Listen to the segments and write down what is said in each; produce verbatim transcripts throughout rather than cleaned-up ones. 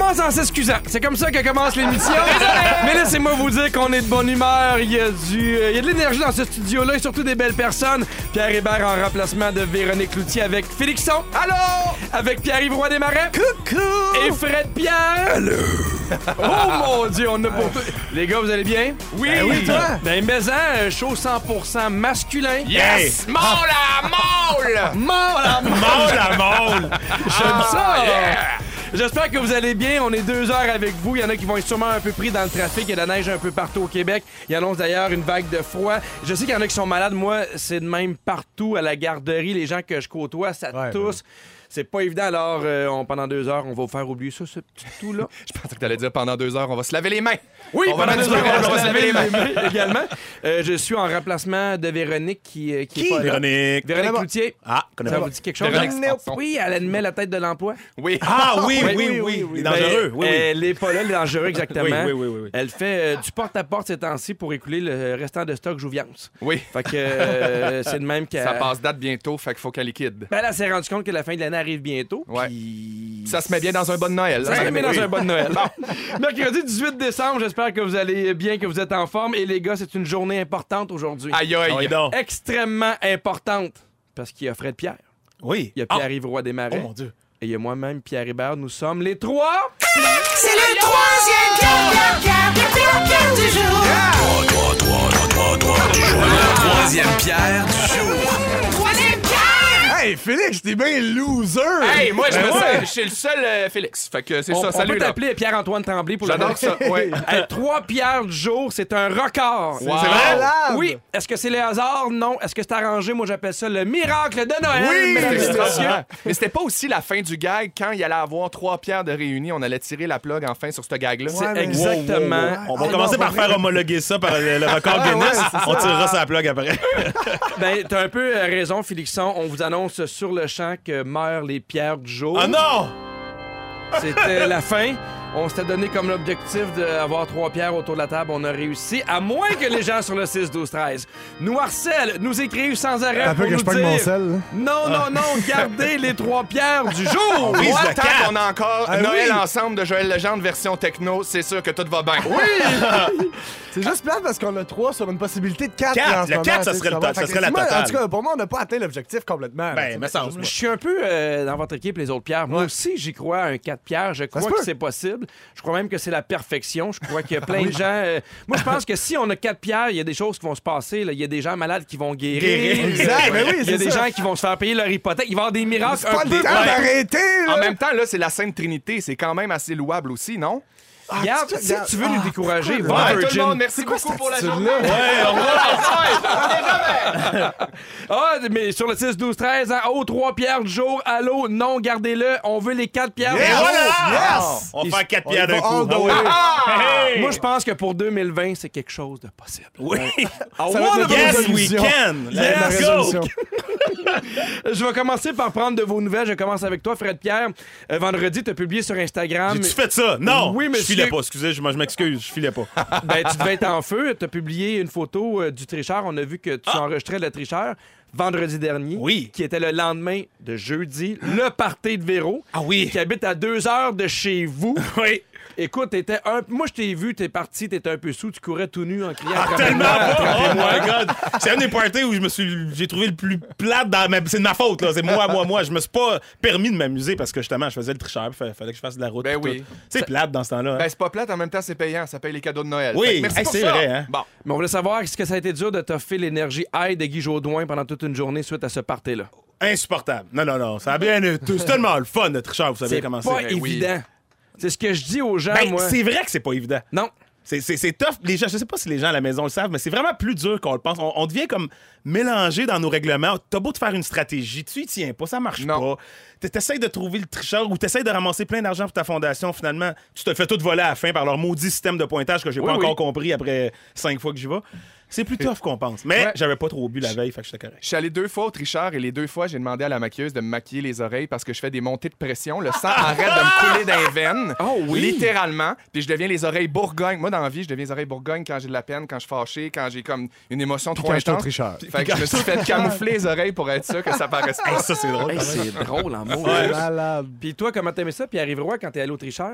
commence en s'excusant. C'est comme ça que commence l'émission. Mais laissez-moi vous dire qu'on est de bonne humeur. Il y a du, il y a de l'énergie dans ce studio-là et surtout des belles personnes. Pierre Hébert en remplacement de Véronique Cloutier avec Félixon. Allô? Avec Pierre-Yves Roy Desmarais. Coucou! Et Fred Pierre. Allô? Oh mon Dieu, on a pour tout. Les gars, vous allez bien? Oui! Ben oui, toi? Ben, mais un show cent pour cent masculin. Yes! Hey. Mole à mole! Mole à mole! Mole à mole! J'aime ça! Yeah. J'espère que vous allez bien. On est deux heures avec vous. Il y en a qui vont être sûrement un peu pris dans le trafic. Il y a de la neige un peu partout au Québec. Il annonce d'ailleurs une vague de froid. Je sais qu'il y en a qui sont malades. Moi, c'est de même partout à la garderie. Les gens que je côtoie, ça ouais, tousse. Ouais. C'est pas évident, alors euh, on, pendant deux heures, on va vous faire oublier ça, ce petit tout-là. Je pensais que t'allais dire pendant deux heures, on va se laver les mains. Oui, on pendant va deux heures, on, on va se laver les mains. les mains également. Euh, je suis en remplacement de Véronique qui, euh, qui, qui est pas Véronique? Là. Véronique Cloutier. Ah, connais ça pas. vous dit quelque chose? Véronique oui, elle animait la tête de l'emploi. Oui. Ah oui, oui, oui, oui. oui, oui. Ben, dangereux. Oui, oui. Elle est pas là, elle est dangereux, exactement. oui, oui, oui, oui. Elle fait euh, du porte-à-porte ces temps-ci pour écouler le restant de stock Jouviance. Oui. Fait que euh, c'est de même qu'elle... Ça passe date bientôt, fait qu'il faut qu'elle liquide. Ben, elle s'est rendue compte que la fin de l'année arrive bientôt. Ouais. Puis... Ça se met bien dans un bon Noël. Ça se met bien oui. dans un bon Noël. Mercredi dix-huit décembre, j'espère que vous allez bien, que vous êtes en forme. Et les gars, c'est une journée importante aujourd'hui. Aïe, aïe. Oh, extrêmement importante. Parce qu'il y a Fred Pierre. Oui. Il y a Pierre-Yves Roy Desmarais. Oh mon Dieu. Et il y a moi-même, Pierre Hébert. Nous sommes les trois... C'est le troisième Pierre, Pierre, Pierre, Pierre, Pierre du jour. Trois, trois, trois, trois, trois du jour. Le troisième Pierre du jour. Troisième Pierre! Hey, Félix, t'es bien loser! Hey, moi, je ben me ouais. sais, je suis le seul euh, Félix. Fait que c'est on, ça, on salut peut là. t'appeler Pierre-Antoine Tremblay pour J'adore le ça, ouais. Hey, trois pierres du jour, c'est un record. Wow. C'est malade! Oui. Est-ce que c'est le hasard? Non. Est-ce que c'est arrangé? Moi, j'appelle ça le miracle de Noël. Oui! mesdames et C'était messieurs. extraordinaire. Mais c'était pas aussi la fin du gag. Quand il allait avoir trois pierres de réunis, on allait tirer la plug enfin sur ce gag-là. C'est Ouais, mais- exactement. Wow, wow, wow. On va Ah, commencer non, par pas faire vrai. homologuer ça par le, le record Ah, Guinness. ouais, c'est ça. On tirera sa plug après. Ben, t'as un peu euh, raison, Félixon. On vous annonce sur le champ que meurent les pierres du jour. Ah non! C'était la fin. On s'était donné comme l'objectif d'avoir trois pierres autour de la table. On a réussi, à moins que les gens sur le six douze treize nous harcèlent, nous écrivent sans arrêt Un pour peu que nous je pogne dire mon sel, là. non, non, non, gardez les trois pierres du jour. Oui, Moi, le tant quatre. qu'on a encore Ah, Noël oui. ensemble de Joël Legendre version techno, c'est sûr que tout va bien. C'est juste plate parce qu'on a trois sur une possibilité de quatre. Quatre. là, en ce Le moment, quatre, ça tu sais, serait le tu to- ça comprends? serait la Moi, totale. En tout cas, pour moi, on n'a pas atteint l'objectif complètement. Ben, là, me tu sais. semble. Je suis un peu euh, dans votre équipe, les autres pierres. Moi aussi, j'y crois à un quatre pierres. Je crois se que peut. c'est possible. Je crois même que c'est la perfection. Je crois qu'il y a plein de gens. euh, Moi, je pense que si on a quatre pierres, il y a des choses qui vont se passer. là. Il y a des gens malades qui vont guérir. Guérir. Exact, mais oui, Il y a c'est des ça. gens qui vont se faire payer leur hypothèque. Il va y avoir des miracles. C'est pas un le peu- temps d'arrêter, là! En même temps, là, c'est la Sainte Trinité. C'est quand même assez louable aussi, non? Regarde, tu- si tu veux ah, nous décourager, pourquoi, va Ouais, à tout le Virgin. monde, merci beaucoup cette pour la attitude-là? journée. Ouais, on va. Ah, mais sur le six douze treize, hein, oh, trois pierres du jour. Allô, non, gardez-le. On veut les quatre pierres. Yes! du jour. Yes! On Il- va faire quatre on pierres y va d'un coup. all the Ah oui. way. Hey! Moi, je pense que pour deux mille vingt, c'est quelque chose de possible. Oui. I Ça va wanna être be- la Yes, we résolution. can. La Let's go. résolution. Je vais commencer par prendre de vos nouvelles. Je commence avec toi, Fred Pierre. Euh, vendredi, tu as publié sur Instagram. J'ai-tu fait ça? Non! Oui, Je monsieur. filais pas, excusez, je, je m'excuse, je filais pas. Ben, tu devais être en feu. Tu as publié une photo euh, du tricheur. On a vu que tu enregistrais le tricheur vendredi dernier. Oui. Qui était le lendemain de jeudi, le party de Véro. Ah oui. Qui habite à deux heures de chez vous. Oui. Écoute, t'étais un... moi, je t'ai vu, t'es parti, t'étais un peu sous, tu courais tout nu en criant. Ah, tellement pas! Oh my God! C'est un des parties où je me suis, j'ai trouvé le plus plate dans ma... C'est de ma faute, là. C'est moi, moi, moi. Je me suis pas permis de m'amuser parce que, justement, je faisais le tricheur. Il fallait que je fasse de la route. Ben puis oui. tout. C'est plate dans ce temps-là. Ben, hein. c'est pas plate, en même temps, c'est payant. Ça paye les cadeaux de Noël. Oui, Fait que merci hey, pour c'est ça. vrai, hein. Bon. Mais on voulait savoir, est-ce que ça a été dur de t'offrir l'énergie high de Guy Jodoin pendant toute une journée suite à ce party-là? Insupportable. Non, non, non. Ça a bien été. C'est tellement le fun, le tricheur, vous savez C'est comment pas c'est. Ben oui. évident. C'est ce que je dis aux gens, Ben, moi. c'est vrai que c'est pas évident. Non. C'est, c'est, c'est tough. Les gens, je sais pas si les gens à la maison le savent, mais c'est vraiment plus dur qu'on le pense. On, on devient comme mélangé dans nos règlements. T'as beau te faire une stratégie, tu y tiens pas, ça marche Non. pas. T- T'essayes de trouver le tricheur ou t'essayes de ramasser plein d'argent pour ta fondation. Finalement, tu te le fais tout voler à la fin par leur maudit système de pointage que j'ai Oui, pas oui. encore compris après cinq fois que j'y vais. C'est plus tough qu'on pense. Mais Ouais. j'avais pas trop bu la veille, fait que j'étais correct. Je suis allé deux fois au tricheur et les deux fois, j'ai demandé à la maquilleuse de me maquiller les oreilles parce que je fais des montées de pression. Le sang arrête de me couler dans les veines. Oh oui. Littéralement. Puis je deviens les oreilles bourgogne. Moi, dans la vie, je deviens les oreilles bourgogne quand j'ai de la peine, quand je suis fâché, quand j'ai comme une émotion trop Quand je suis au intense. tricheur. Fait que je me suis fait camoufler les oreilles pour être sûr que ça paraisse pas. Hey, ça, c'est drôle. Hey, quand même. c'est drôle en mots. Malade. Puis toi, comment t'aimais ça? Puis arrive-roi quand t'es allé au tricheur?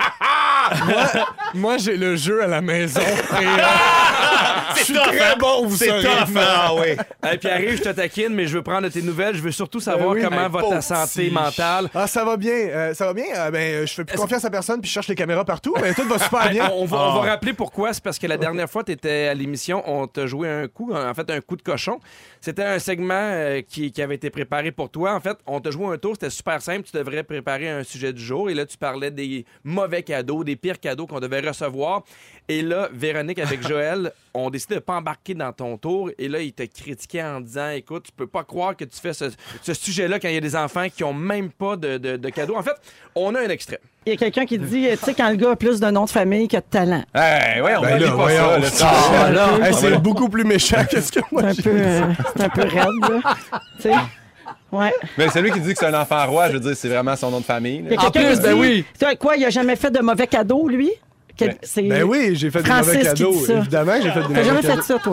Moi, j'ai le jeu à la maison. Et, euh, je suis tough, très hein? bon, vous C'est saurez. tough, hein? Ah oui. Hey, puis arrive, je te taquine, mais je veux prendre de tes nouvelles. Je veux surtout savoir Euh, oui. comment Hey, va pauvre ta santé petit. mentale. Ah, ça va bien. euh, ça va bien. Euh, ben, euh, je fais plus Est-ce confiance à personne puis je cherche les caméras partout. Mais tout va super Ben, bien. on, va, on Ah. va rappeler pourquoi. C'est parce que la dernière fois, tu étais à l'émission, on t'a joué un coup, en fait, un coup de cochon. C'était un segment euh, qui, qui avait été préparé pour toi. En fait, on t'a joué un tour, c'était super simple. Tu devrais préparer un sujet du jour. Et là, tu parlais des mauvais cadeaux, des pires cadeaux qu'on devait recevoir. Et là, Véronique avec Joël ont décidé de pas embarquer dans ton tour. Et là, ils te critiquaient en disant, écoute, tu peux pas croire que tu fais ce, ce sujet-là quand il y a des enfants qui ont même pas de, de, de cadeaux. En fait, on a un extrait. Il y a quelqu'un qui dit, tu sais, quand le gars a plus de noms de famille que de talent. Hey, ouais, on Ben dit là, pas voyons. ça. Là, ça. Ah, là. Hey, c'est beaucoup plus méchant que ce que moi C'est un j'ai peu, euh, c'est un peu raide, là. Tu sais? Ouais. Mais celui qui dit que c'est un enfant roi, je veux dire, c'est vraiment son nom de famille. Il y là. a quelqu'un plus, qui ben dit, oui. tu sais quoi, il a jamais fait de mauvais cadeaux, lui? Que- Ben, c'est... Ben oui, j'ai fait Francis des mauvais qui cadeaux. dit ça. Évidemment que j'ai fait des T'as mauvais jamais cadeaux. fait ça, toi?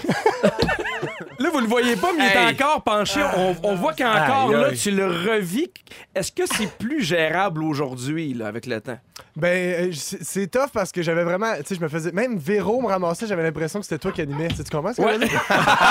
Là, vous le voyez pas, mais il Hey. est encore penché. On, on voit qu'encore Aïe, là, aïe. tu le revis. Est-ce que c'est plus gérable aujourd'hui, là, avec le temps? Ben, euh, c'est c'est tough parce que j'avais vraiment. Tu sais, je me faisais. Même Véro me ramassait, j'avais l'impression que c'était toi qui animais. Tu sais, tu comprends ce que je veux dire?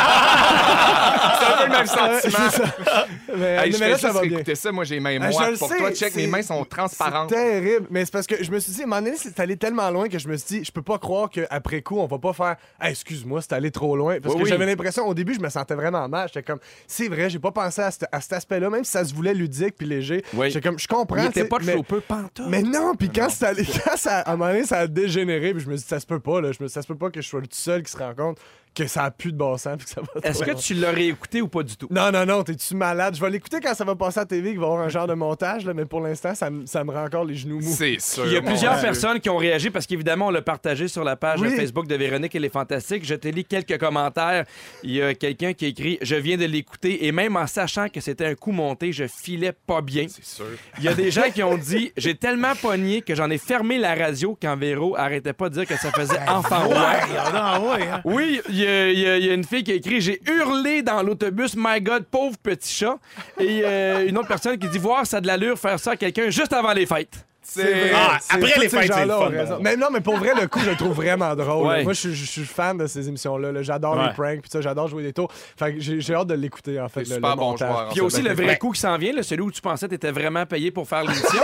C'est un peu le même Ouais, sentiment. c'est ça. Mais, Hey, je mais fais là, ça juste va bien. écouter ça. Moi, j'ai les mains Ah, je moites. le Pour sais, toi, check, c'est- mes mains sont transparentes. C'est terrible. Mais c'est parce que je me suis dit, à un moment donné, c'est allé tellement loin que je me suis dit, je peux pas croire qu'après coup, on va pas faire hey, excuse-moi, c'est allé trop loin. Parce Oui, que oui. j'avais l'impression, au début, je me sentais vraiment mal. J'étais comme, c'est vrai, j'ai pas pensé à, cet- à cet aspect-là, même si ça se voulait ludique puis léger. Oui. J'étais comme, je comprends. Il tu était sais, pas de mais- chopeux pantoute. Mais non, puis quand, ça, allait- quand ça, à un moment donné, ça a dégénéré, puis je me suis dit, ça se peut pas, là. Je me, ça se peut pas que je sois le tout seul qui se rend compte que ça a plus de bon sens, puis que ça va Est-ce trop que loin. tu l'aurais écouté ou pas du tout? Non, non, non, t'es-tu malade? Je vais l'écouter quand ça va passer à la T V, qu'il va y avoir un genre de montage, là, mais pour l'instant, ça, me- ça me rend encore les genoux mous. C'est sûr. Il y a mon plusieurs Dieu. personnes qui ont réagi parce qu'évidemment, on l'a partagé sur la page Oui. Facebook de Véronique et les Fantastiques. Je te lis quelques commentaires. Il y a quelqu'un qui a écrit « Je viens de l'écouter et même en sachant que c'était un coup monté, je filais pas bien. » C'est sûr. Il y a des gens qui ont dit « J'ai tellement pogné que j'en ai fermé la radio quand Véro arrêtait pas de dire que ça faisait enfant roi. Ah, ouais, hein. Oui, il y, a- il y a- il y a une fille qui a écrit « J'ai hurlé dans l'autobus, my God, pauvre petit chat. » Et euh, une autre personne qui dit « Voir ça a de l'allure faire ça à quelqu'un juste avant les fêtes. » C'est vrai. Ah, c'est- après tous les ces fêtes, c'est le gens-là fun, ont raison. bon. Mais non, mais pour vrai, le coup, je le trouve vraiment drôle. Ouais. là. Moi, je, je- je suis fan de ces émissions-là. là. J'adore Ouais. les pranks, puis ça, j'adore jouer des tours. Fait que j'ai j'ai hâte de l'écouter, en fait, T'es le, super le bon montage. joueur, en Puis il y a aussi le vrai Ben- coup qui s'en vient, là, celui où tu pensais que tu étais vraiment payé pour faire l'émission.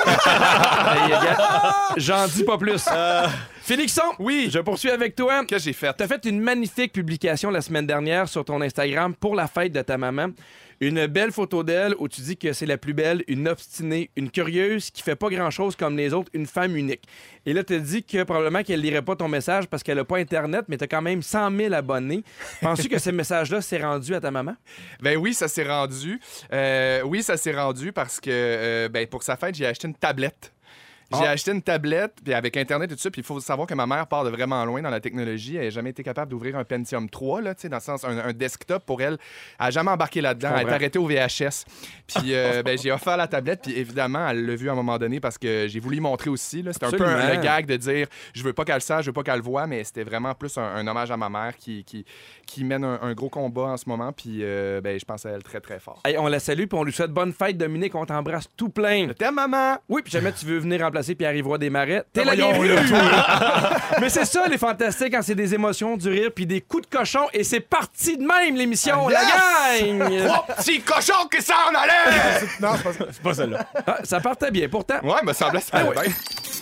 Et, regarde, j'en dis pas plus. Félixon, oui, je poursuis avec toi. Que j'ai fait. Tu as fait une magnifique publication la semaine dernière sur ton Instagram pour la fête de ta maman. Une belle photo d'elle où tu dis que c'est la plus belle, une obstinée, une curieuse qui fait pas grand-chose comme les autres, une femme unique. Et là, tu as dit que probablement qu'elle lirait pas ton message parce qu'elle a pas Internet, mais tu as quand même cent mille abonnés. Penses-tu que ce message-là s'est rendu à ta maman? Ben oui, ça s'est rendu. Euh, oui, ça s'est rendu parce que euh, ben, pour sa fête, j'ai acheté une tablette. J'ai Ah. acheté une tablette, puis avec Internet et tout ça, puis il faut savoir que ma mère part de vraiment loin dans la technologie. Elle n'a jamais été capable d'ouvrir un Pentium trois, là, tu sais, dans le sens, un, un desktop pour elle. Elle n'a jamais embarqué là-dedans. Elle est comprends. arrêtée au V H S. Puis euh, ben, j'ai offert la tablette, puis évidemment, elle l'a vu à un moment donné parce que j'ai voulu y montrer aussi. là. C'était un peu un, Absolument. le gag de dire je veux pas qu'elle le sache, je veux pas qu'elle le voie, mais c'était vraiment plus un, un hommage à ma mère qui, qui, qui mène un, un gros combat en ce moment, puis euh, ben, je pense à elle très, très fort. Hey, on la salue puis on lui souhaite bonne fête, Dominique. On t'embrasse tout plein. Je t'aime, maman! Oui, puis jamais tu veux venir remplacer Pierre-Yves Roy Desmarais, t'es la voyons, bienvenue! Mais c'est ça, les fantastiques, quand c'est des émotions, du rire, puis des coups de cochon, et c'est parti de même, l'émission, la gang! Trois petits cochons qui s'en allaient! Non, c'est pas ça. C'est pas celle-là. Ah, ça partait bien, pourtant. Ouais, me semblait ça allait bien.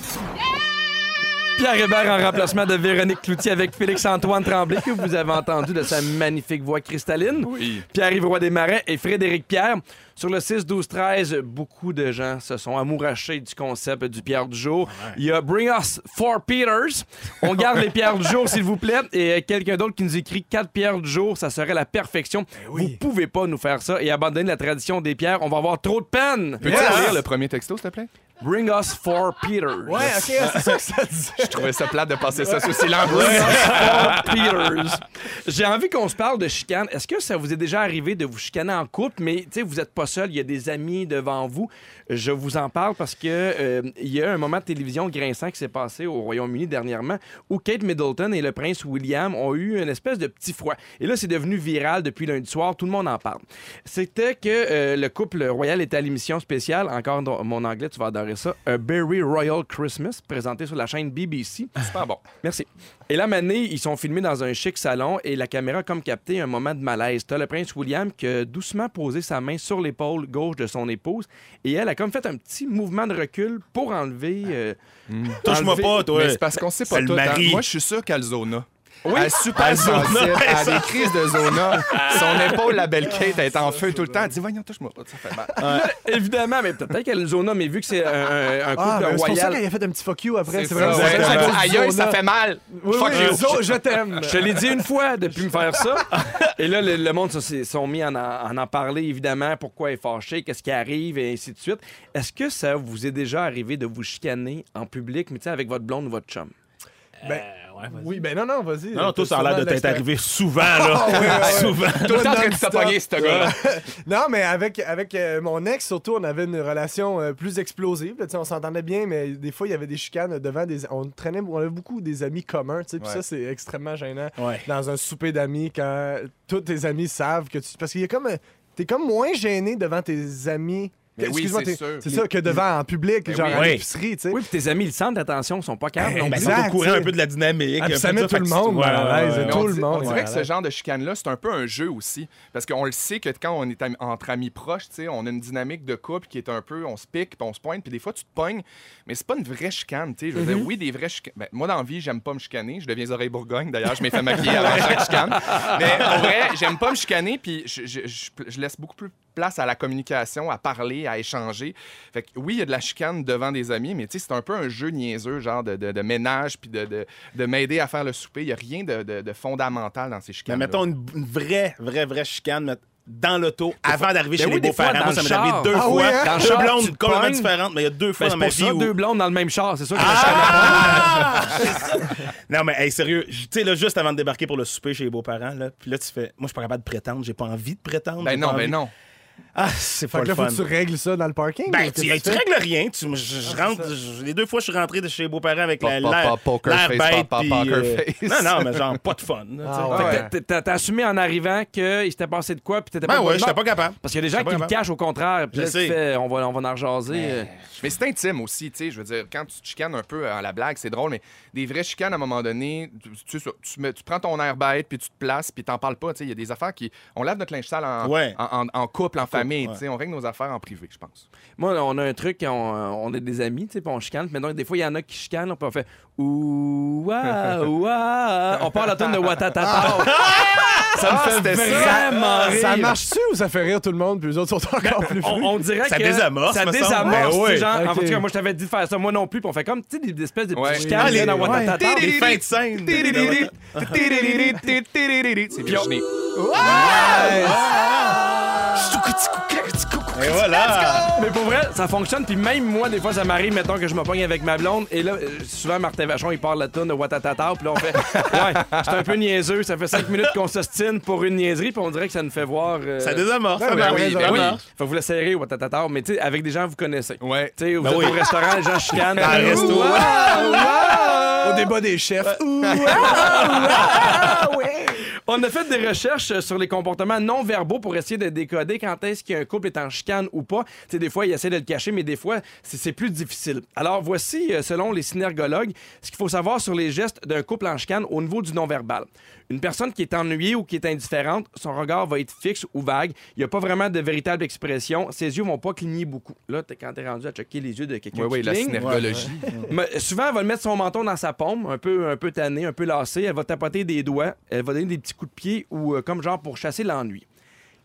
Pierre Hébert en remplacement de Véronique Cloutier avec Félix-Antoine Tremblay, que vous avez entendu de sa magnifique voix cristalline. Oui. Pierre-Yves Roy Desmarais et Frédéric Pierre. Sur le six douze treize, beaucoup de gens se sont amourachés du concept du Pierre du jour. Il y a Bring Us Four Peters. On garde les pierres du jour, s'il vous plaît. Et quelqu'un d'autre qui nous écrit quatre pierres du jour, ça serait la perfection. Vous pouvez pas nous faire ça et abandonner la tradition des pierres. On va avoir trop de peine. Peux-tu lire le premier texto, s'il te plaît? Bring us four Peters. Ouais, ok, c'est ça que ça disait. Je trouvais ça plate de passer ça sous silence. Bring us four Peters. J'ai envie qu'on se parle de chicane. Est-ce que ça vous est déjà arrivé de vous chicaner en couple, mais vous n'êtes pas seul, il y a des amis devant vous? Je vous en parle parce que euh, il y a un moment de télévision grinçant qui s'est passé au Royaume-Uni dernièrement où Kate Middleton et le prince William ont eu une espèce de petit froid. Et là, c'est devenu viral depuis lundi soir. Tout le monde en parle. C'était que euh, le couple royal était à l'émission spéciale, encore dans mon anglais, tu vas adorer ça, A Very Royal Christmas, présenté sur la chaîne B B C. Super bon. Merci. Et là, Mané, ils sont filmés dans un chic salon et la caméra a comme capté un moment de malaise. T'as le prince William qui a doucement posé sa main sur l'épaule gauche de son épouse et elle a comme fait un petit mouvement de recul pour enlever... Euh, mmh. Touche-moi enlever... pas, toi. Mais c'est parce qu'on sait pas C'est tout. le Hein. mari. Moi, je suis sûr qu'elle zona. Oui. Elle est super sensible. Elle a des crises de zona. Son épaule, la belle Kate, elle est en feu tout le temps. Elle dit, voyons, touche-moi pas, ça fait mal. Là, évidemment, mais peut-être qu'elle est zona, mais vu que c'est un, un, un couple Ah, ben, c'est pour ça royal... qu'elle a fait un petit fuck you après. C'est C'est ça, vraiment ouais. ça. Elle C'est dit, à cause du aïe, aïe, ça Zona. fait mal. Oui, Fuck oui, you. Zo, je t'aime. Je te l'ai dit une fois depuis me faire ça. Et là, le, le monde se sont mis à en, en, en parler, évidemment, pourquoi elle est fâchée, qu'est-ce qui arrive, et ainsi de suite. Est-ce que ça vous est déjà arrivé de vous chicaner en public, mais tu sais, avec votre blonde ou votre chum? Ben, oui, ben non, non, vas-y. Non, toi, ça a l'air de t'être arrivé souvent, Ah, là. ouais, ouais, ouais. Souvent. Tout le temps en train de Non-stop. t'apogner, ce gars-là. Non, mais avec, avec euh, mon ex, surtout, on avait une relation euh, plus explosive. Là, tu sais, on s'entendait bien, mais des fois, il y avait des chicanes devant des. On traînait, on avait beaucoup des amis communs, tu sais, puis Ouais. ça, c'est extrêmement gênant. Ouais. Dans un souper d'amis, quand tous tes amis savent que tu. Parce qu'il y a comme. euh, T'es comme moins gêné devant tes amis. Mais oui, Excuse-moi, c'est t'es- sûr. C'est ça, que devant en public, Mais genre oui. à Oui. l'épicerie, tu sais. Oui, puis tes amis, ils sentent l'attention, ils sont pas calmes. Ben, non ben, plus. c'est au Exact, courant tu sais. un peu de la dynamique. Ah, puis un ça peu met de tout le fait que monde c'est- mal à l'aise, ouais, ouais, Mais tout on le dit- monde, On dirait ouais, que ouais. ce genre de chicane-là, c'est un peu un jeu aussi. Parce qu'on le sait que quand on est am- entre amis proches, tu sais, on a une dynamique de couple qui est un peu, on se pique, puis on se pointe, puis des fois, tu te pognes. Mais c'est pas une vraie chicane, tu sais. Je veux dire, oui, des vraies chicanes. Ben, moi, dans la vie, j'aime pas me chicaner. Je deviens oreille Bourgogne, d'ailleurs. Je m'ai fait maquiller avant chaque chicane. Mais en vrai, j'aime pas me chicaner, puis je, je- je- je laisse beaucoup plus place à la communication, à parler, à échanger. Fait que oui, il y a de la chicane devant des amis, mais tu sais, c'est un peu un jeu niaiseux, genre de, de, de ménage, puis de, de, de m'aider à faire le souper. Il y a rien de, de, de fondamental dans ces Mais chicanes. mettons une, une vraie, vraie, vraie chicane mais dans l'auto avant d'arriver Ben chez oui, les des fois, beaux-parents. dans Moi, ça le m'est arrivé char. deux Ah fois. oui, hein? Dans le Deux char, tu blondes te complètement pognes. différentes, mais il y a deux fois Ben, dans c'est ma pour vie ça, où... deux blondes dans le même char, c'est sûr que Ah! Non, mais hey, sérieux, tu sais, là, juste avant de débarquer pour le souper chez les beaux-parents, là, puis là, tu fais... Moi, je suis pas capable de prétendre, j'ai pas envie de prétendre. Ben j'ai non, pas ben envie. non. Ah, c'est Fait pas que le là, faut fun. que tu règles ça dans le parking. Ben, ou tu, qu'est-ce que tu fais? règles rien. Tu, je, je rentre, je- les deux fois, je suis rentré de chez les beaux-parents avec la- Pa- pa- l'air pa- poker l'air face, bête. pa- pa- puis, poker euh, face. Non, non, mais genre, pas de fun. là, Ah tu sais. ouais. Fait Ouais. que t'as- t'as t'as assumé en arrivant qu'il s'était passé de quoi, puis t'étais pas Ben de ouais, bonne j'étais humeur? pas capable. Parce qu'il y a des gens J'étais qui pas le capable. cachent au contraire. Puis Je là, tu sais. fais, on va, on va en rejaser. euh. Mais c'est intime aussi, tu sais. Je veux dire, quand tu te chicanes un peu à la blague, c'est drôle, mais des vraies chicanes, à un moment donné, tu, tu, tu, mets- tu prends ton air bête, puis tu te places, puis t'en parles pas. Tu sais, il y a des affaires qui. On lave notre linge sale en, Ouais. en, en- en couple, en famille, ouais. tu sais. On règle nos affaires en privé, je pense. Moi, on a un truc, on, on a des amis, tu sais, puis on chicane. Mais donc, des fois, il y en a qui chicanent, là, puis on fait ouh, ouah, ouah. On parle à la tonne de Watatata. Ça me fait vraiment rire. Ça marche-tu ou ça fait rire tout le monde, puis les autres sont encore plus On, fous? on dirait Ça que désamorce, ça me semble. désamorce, Ben tu sais, oui. genre, en Ok. tout cas, moi je t'avais dit de faire ça, moi non plus, puis on fait comme tu sais des espèces de Ouais. petits chicanes Ah, les- dans Watatata. Les fins de scène. C'est Virginie. Et voilà. Mais pour vrai, ça fonctionne. Puis même moi, des fois, ça m'arrive, mettons que je me pogne avec ma blonde. Et là, euh, souvent, Martin Vachon, il parle la tonne de Watatata. Puis là, on fait ouais, c'est un peu niaiseux. Ça fait cinq minutes qu'on s'ostine pour une niaiserie. Puis on dirait que ça nous fait voir. euh, Ça désamorce. Ouais, ça ben marche. oui, Ça ben oui, marche. faut vous le serrer, Watatata. Mais tu sais, avec des gens que vous connaissez. Ouais. Tu sais, vous Ben êtes oui. au restaurant, les gens chicanent. Dans le resto. Ouah, ouah. Au débat des chefs. On a fait des recherches sur les comportements non verbaux pour essayer de décoder quand est-ce qu'un couple est en chicane ou pas. Tu sais, des fois, ils essaient de le cacher, mais des fois, c'est c'est plus difficile. Alors, voici, euh, selon les synergologues, ce qu'il faut savoir sur les gestes d'un couple en chicane au niveau du non-verbal. Une personne qui est ennuyée ou qui est indifférente, son regard va être fixe ou vague. Il n'y a pas vraiment de véritable expression. Ses yeux vont pas cligner beaucoup. Là, t'es- quand t'es rendu à checker les yeux de quelqu'un Oui, qui oui, la cligne, synergologie. mais souvent, elle va mettre son menton dans sa paume, un peu, un peu tanné, un peu lassé. Elle va tapoter des doigts. Elle va donner des petits coups de pied ou euh, comme genre pour chasser l'ennui.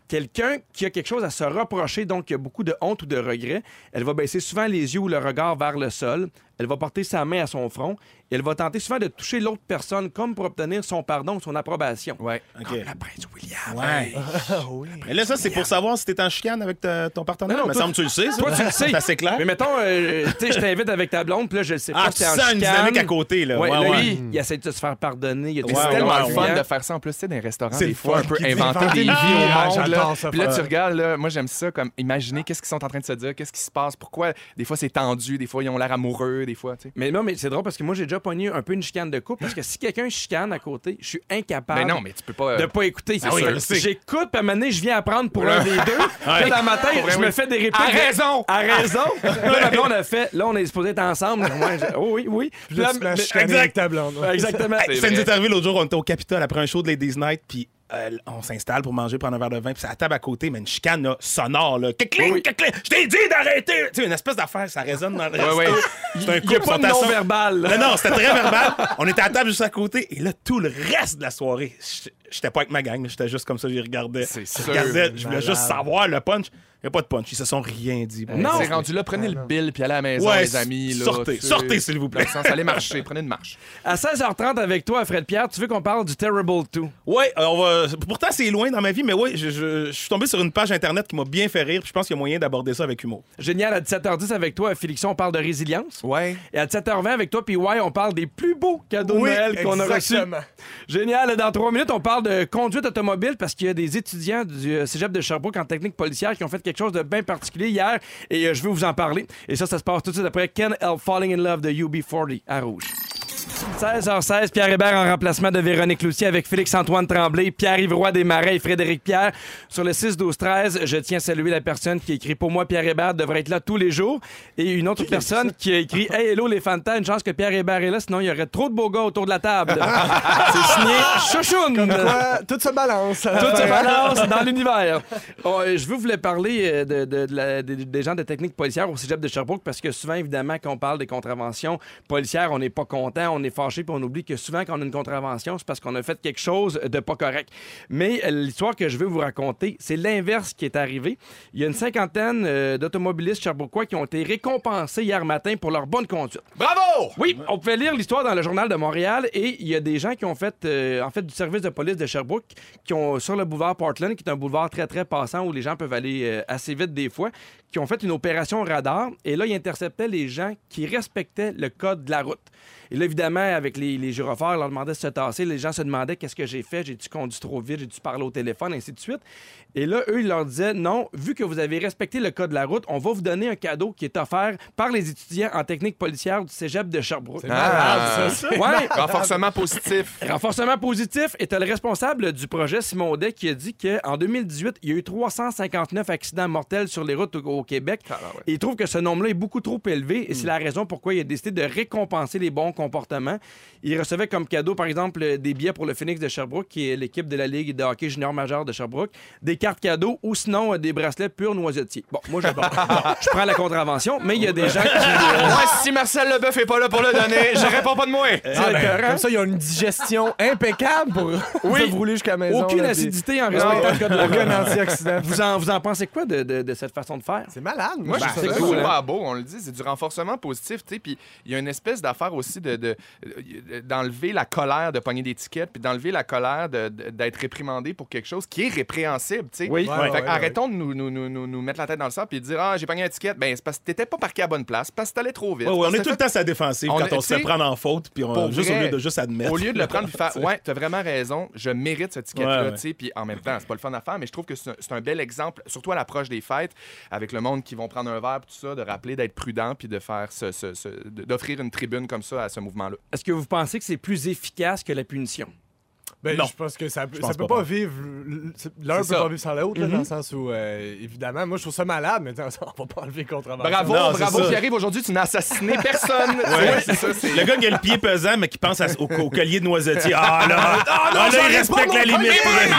Quelqu'un qui a quelque chose à se reprocher, donc qui a beaucoup de honte ou de regret, elle va baisser souvent les yeux ou le regard vers le sol. Elle va porter sa main à son front et elle va tenter souvent de toucher l'autre personne comme pour obtenir son pardon ou son approbation. Ouais. OK. Comme la prince William. Ouais. Ah oui. Mais là, ça, c'est pour savoir si t'es en chicane avec ta- ton partenaire. Non, non, me toi- semble que tu le sais, ça. Toi, tu le sais. C'est assez clair. Mais mettons, euh, tu sais, je t'invite avec ta blonde, puis là, je le sais pas Ah, si tu t'es en sens une chicane. dynamique à côté, là. Ouais, Ouais, là, ouais. lui, il essaie de se faire pardonner. Il y a Mais des c'est Ouais, tellement ouais, le fun ouais. de faire ça en plus, tu sais, dans les restaurants, C'est des le fois, fun. un peu Puis inventer inventer des des vies vies, au ah, monde. là. j'adore ça Puis là, faire. tu regardes, là, moi, j'aime ça, comme imaginer qu'est-ce qu'ils sont en train de se dire, qu'est-ce qui se passe, pourquoi, des fois, c'est tendu, des fois, ils ont l'air amoureux, des fois, tu sais. Mais non, mais c'est drôle parce que moi, j'ai déjà pogné un peu une chicane de couple parce que si quelqu'un chicane à côté, je suis incapable Mais non, mais tu peux pas. de pas écouter. Ah oui, je le C'est sais. sûr. J'écoute, puis à un moment donné, je viens apprendre pour l'un des deux. Puis là, dans ma tête, Pour vrai, je oui. me fais des répliques. À de- raison! À raison! Là, ma blonde a fait, là, on est supposé être ensemble. Moi, je- oh oui, oui. Puis là, tu mais- m'as mais- chicané exact. avec ta blonde. ouais. Ouais, exactement. C'est Ça nous vrai. est arrivé l'autre jour, on était au Capitole après un show de Ladies Night, puis euh, on s'installe pour manger, prendre un verre de vin, puis c'est à la table à côté, mais une chicane là, sonore, là. Clic-clic, clic-clic, je t'ai dit d'arrêter! Tu sais, une espèce d'affaire, ça résonne dans le resto. ouais. C'est un Il n'y a couple, pas sont de assis- non-verbal. là. Non, non, c'était très verbal. On était à la table juste à côté, et là, tout le reste de la soirée, j'étais- j'étais pas avec ma gang, là, j'étais juste comme ça, j'y regardais. C'est Je sûr. regardais, je voulais Malade. juste savoir le punch. Il n'y a pas de punch, ils se sont rien dit. pour Non. vrai. C'est rendu là, prenez le bill puis allez à la maison, Ouais, les amis. Là, sortez, tu sais. sortez, s'il vous plaît. Dans le sens, allez marcher, prenez une marche. À seize heures trente avec toi, Fred Pierre, tu veux qu'on parle du Terrible deux? Oui, on va. Pourtant, c'est loin dans ma vie, mais oui, je, je- je suis tombé sur une page Internet qui m'a bien fait rire, puis je pense qu'il y a moyen d'aborder ça avec humour. Génial, à dix-sept heures dix avec toi, Félixon, on parle de résilience. Ouais. Et à dix-sept heures vingt avec toi, puis ouais, on parle des plus beaux cadeaux Oui, de Noël qu'on a reçus. exactement. Génial. Dans trois minutes, on parle de conduite automobile parce qu'il y a des étudiants du euh, cégep de Sherbrooke en technique policière qui ont fait quelque chose de bien particulier hier et euh, je vais vous en parler. Et ça, ça se passe tout de suite après Ken L. Falling in Love de U B quarante à Rouge. seize heures seize, Pierre Hébert en remplacement de Véronique Cloutier avec Félix-Antoine Tremblay, Pierre-Yves Roy Desmarais et Frédéric Pierre. Sur le six douze treize, je tiens à saluer la personne qui a écrit « Pour moi, Pierre Hébert devrait être là tous les jours ». Et une autre personne qui a écrit « Hey, hello les Fantas, une chance que Pierre Hébert est là, sinon il y aurait trop de beaux gars autour de la table. » C'est signé Chouchoune. Quoi, tout se balance. Tout se balance dans l'univers. Oh, euh, je veux vous voulais parler euh, de, de- de la- des- des gens de technique policière au cégep de Sherbrooke parce que souvent, évidemment, quand on parle des contraventions policières, on n'est pas content, on est fâché puis on oublie que souvent, quand on a une contravention, c'est parce qu'on a fait quelque chose de pas correct. Mais euh, l'histoire que je veux vous raconter, c'est l'inverse qui est arrivé. Il y a une cinquantaine euh, d'automobilistes sherbrookois qui ont été récompensés hier matin pour leur bonne conduite. Bravo! Oui, on pouvait lire l'histoire dans le Journal de Montréal et il y a des gens qui ont fait, euh, en fait, du service de police de Sherbrooke, qui ont, sur le boulevard Portland, qui est un boulevard très, très passant où les gens peuvent aller euh, assez vite des fois, qui ont fait une opération radar et là, ils interceptaient les gens qui respectaient le code de la route. Et là, évidemment, avec les, les gyrophares, ils leur demandaient de se tasser. Les gens se demandaient qu'est-ce que j'ai fait, j'ai-tu conduit trop vite, j'ai-tu parlé au téléphone, ainsi de suite. Et là, eux, ils leur disaient non, vu que vous avez respecté le code de la route, on va vous donner un cadeau qui est offert par les étudiants en technique policière du cégep de Sherbrooke. Ah, Ouais. renforcement positif. Renforcement positif. Et t'as le responsable du projet, Simon Audet, qui a dit qu'en deux mille dix-huit, il y a eu trois cent cinquante-neuf accidents mortels sur les routes au, au Québec. Ah, ouais. Et il trouve que ce nombre-là est beaucoup trop élevé et c'est la raison pourquoi il a décidé de récompenser les bons comportements. Il recevait comme cadeau, par exemple, des billets pour le Phoenix de Sherbrooke, qui est l'équipe de la Ligue de hockey junior majeur de Sherbrooke, des cartes cadeaux ou sinon euh, des bracelets purs noisetiers. Bon, moi, je, bon, bon, je prends la contravention, mais il y a des gens qui... euh, Moi, si Marcel Leboeuf est pas là pour le donner, je réponds pas de moi. Ah, ben, comme ça, il y a une digestion impeccable pour Oui. vous rouler jusqu'à la maison. Aucune là, puis- acidité en Non, respectant le code de la aucun route. antioxydant. Vous en, vous en pensez quoi de, de- de cette façon de faire? C'est malade. Moi, je Ben, trouve c'est ça cool, super hein? beau, on le dit, c'est du renforcement positif, tu sais, puis il y a une espèce d'affaire aussi de, de- de- d'enlever la colère de pogner des tickets, puis d'enlever la colère de- de- d'être réprimandé pour quelque chose qui est répréhensible, tu sais. Oui. Ouais, Fait ouais, que ouais, arrêtons de nous, nous, nous, nous, nous mettre la tête dans le sang puis de dire ah j'ai pogné un ticket, ben c'est parce que t'étais pas parqué à bonne place, parce que t'allais trop vite. Ouais, ouais, parce on est que tout le t'as temps sa défensive On quand est- on se fait tu sais, prendre en faute, puis on, pour juste au vrai, lieu de juste admettre. Au lieu de le prendre puis faire ouais, t'as vraiment raison, je mérite ce ticket-là, Ouais, ouais. tu sais, puis en même temps, c'est pas le fun à faire, mais je trouve que c'est un, c'est un bel exemple, surtout à l'approche des fêtes, avec le monde qui vont prendre un verre, puis tout ça, de rappeler d'être prudent, puis de faire ce, ce- ce- de- d'offrir une tribune comme ça à ce mouvement-là. Est-ce que vous pensez que c'est plus efficace que la punition? Ben, Non. je pense que ça, Je ça pense peut pas, pas non. vivre. L'un peut C'est ça. pas vivre sans l'autre, là, dans le sens où, euh, évidemment, moi, je trouve ça malade, mais attends, on va pas enlever le contrevention. Bravo, Non, c'est bravo ça. Pierre-Yves, aujourd'hui tu n'as assassiné personne. Ouais. c'est ça, c'est... Le gars qui a le pied pesant, mais qui pense à- au, au collier de noisetier. Ah là! Ah là, il respecte la limite.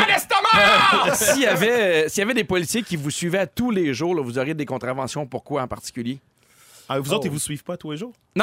S'il y avait, euh, s'il y avait des policiers qui vous suivaient à tous les jours, là, vous auriez des contraventions. Pourquoi en particulier? Ah, vous autres, Oh. ils vous suivent pas tous les jours? Non.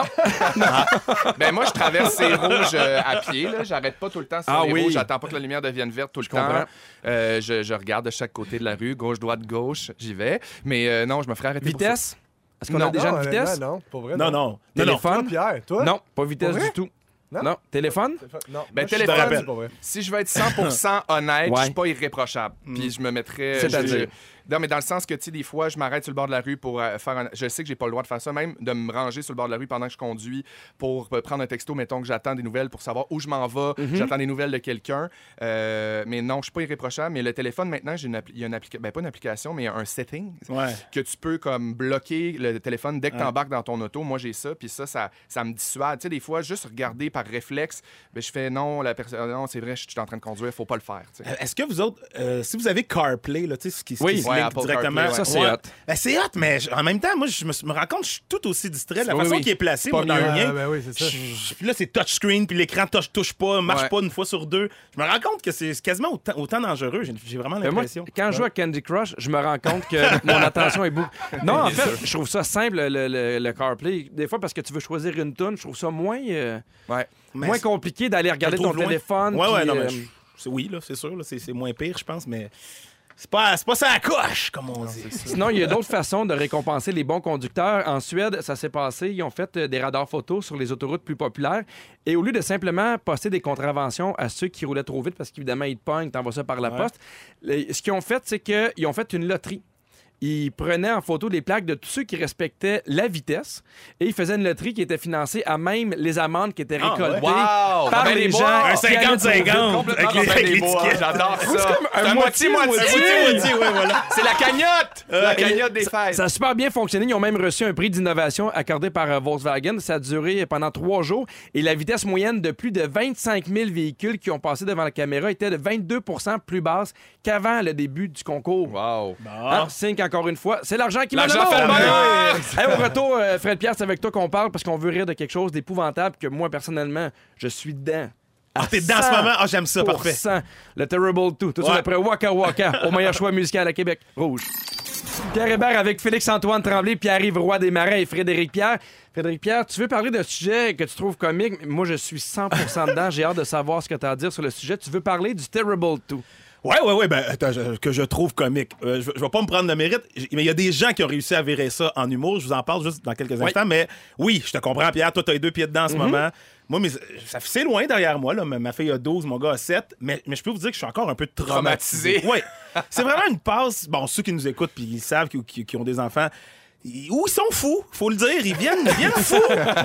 Ben moi, je traverse les rouges euh, à pied. Là. J'arrête pas tout le temps sur Ah les oui. rouges. J'attends pas que la lumière devienne verte tout le temps. comprends. Euh, je, je regarde de chaque côté de la rue, gauche, droite, gauche. J'y vais. Mais euh, non, je me ferai arrêter pour ça. Vitesse? Est-ce qu'on Non. a des gens de Non, vitesse? honnêtement, Non, pour vrai. Non, non. Non, non. Toi, Téléphone? Pierre, toi? Non, pas vitesse Pour vrai? du tout. Non? Non. Téléphone? Non. Ben, Moi, je téléphone, te rappelle. c'est pas vrai. Si je veux être cent pour cent honnête, Ouais. je suis pas irréprochable. Puis je me mettrais. C'est-à-dire? je- je- Non, mais dans le sens que, tu sais, des fois, je m'arrête sur le bord de la rue pour euh, faire un... Je sais que j'ai pas le droit de faire ça, même de me ranger sur le bord de la rue pendant que je conduis pour euh, prendre un texto, mettons que j'attends des nouvelles pour savoir où je m'en vais, j'attends des nouvelles de quelqu'un. Euh, mais non, je suis pas irréprochable. Mais le téléphone, maintenant, j'ai une appli- il y a une application... Ben, pas une application, mais un setting Ouais. que tu peux comme bloquer le téléphone dès que Ouais. tu embarques dans ton auto. Moi, j'ai ça, puis ça, ça, ça me dissuade. Tu sais, des fois, juste regarder par réflexe, ben, je fais non, la personne, non, c'est vrai, je suis en train de conduire, faut pas le faire. tu sais. Euh, Est-ce que vous autres, euh, si vous avez CarPlay, là, tu sais, ce qui, ce Oui. qui se Ouais, link Apple directement... CarPlay, Ça, c'est Ouais. hot. Ben, c'est hot, mais je- en même temps, moi, je me, me rends compte que je suis tout aussi distrait. La Oui, façon oui. qui est placée, C'est pas moi, dans le mieux. mien, Ah, ben oui, c'est ça. je- puis là, c'est touchscreen, puis l'écran touche, touche pas, marche Ouais. pas une fois sur deux. Je me rends compte que c'est quasiment autant, autant dangereux. J'ai, j'ai vraiment Mais moi, l'impression. quand je joue à Candy Crush, je me rends compte que mon attention est beaucoup. Non, en fait, je trouve ça simple, le, le- le CarPlay. Des fois, parce que tu veux choisir une tune, je trouve ça moins, euh, Ouais. Mais moins c'est- compliqué d'aller regarder je le ton trouve loin. téléphone. Ouais, ouais, puis, non, mais euh, je- c'est- oui, là, c'est sûr, là, c'est, c'est moins pire, je pense, mais c'est pas, c'est pas ça à coche, comme on dit. Sinon, il y a d'autres façons de récompenser les bons conducteurs. En Suède, ça s'est passé. Ils ont fait euh, des radars photos sur les autoroutes plus populaires. Et au lieu de simplement poster des contraventions à ceux qui roulaient trop vite, parce qu'évidemment, ils te pognent, t'envoies ça par la Ouais. poste, les- ce qu'ils ont fait, c'est qu'ils ont fait une loterie. Ils prenaient en photo les plaques de tous ceux qui respectaient la vitesse et ils faisaient une loterie qui était financée à même les amendes qui étaient Ah, récoltées ouais. Wow! par Ben, les les gens. bois! Un qui allaient trop vite. cinquante cinquante Complètement avec les, dans avec les les bois. tickets. J'adore C'est ça. comme un C'est moitié-moitié. Moitié-moitié, ouais, voilà. C'est la cagnotte! La Et cagnotte des ça- fêtes. Ça a super bien fonctionné. Ils ont même reçu un prix d'innovation accordé par euh, Volkswagen. Ça a duré pendant trois jours. Et la vitesse moyenne de plus de vingt-cinq mille véhicules qui ont passé devant la caméra était de vingt-deux pour cent plus basse qu'avant le début du concours. Wow. Hein? Signe qu'encore une fois, c'est l'argent qui mène le L'argent fait le monde. bonheur! Hey, au retour, euh, Fred Pierre, c'est avec toi qu'on parle parce qu'on veut rire de quelque chose d'épouvantable que moi, personnellement, je suis dedans. Ah, t'es dedans en ce moment? Ah, j'aime ça, parfait. cent pour cent. Le Terrible deux. Tout de suite Ouais. après Waka Waka, au meilleur choix musical à Québec. Rouge. Pierre Hébert avec Félix-Antoine Tremblay, Pierre-Yves Roy Desmarais et Frédéric Pierre. Frédéric Pierre, tu veux parler d'un sujet que tu trouves comique? Moi, je suis cent pour cent dedans. J'ai hâte de savoir ce que tu as à dire sur le sujet. Tu veux parler du Terrible deux. Ouais, ouais, ouais, ben, attends, je- que je trouve comique. Euh, je, je vais pas me prendre le mérite, j- mais il y a des gens qui ont réussi à virer ça en humour. Je vous en parle juste dans quelques instants, mais oui, je te comprends, Pierre. Toi, t'as les deux pieds dedans en ce moment. Moi, mais ça c'est loin derrière moi, là. Ma ma fille a douze, mon gars a sept, mais, mais je peux vous dire que je suis encore un peu traumatisé. Traumatisé. Oui. C'est vraiment une passe. Bon, ceux qui nous écoutent puis ils savent qui, qui- qui ont des enfants. Ils- Ou ils sont fous, faut le dire, ils viennent, ils viennent fous.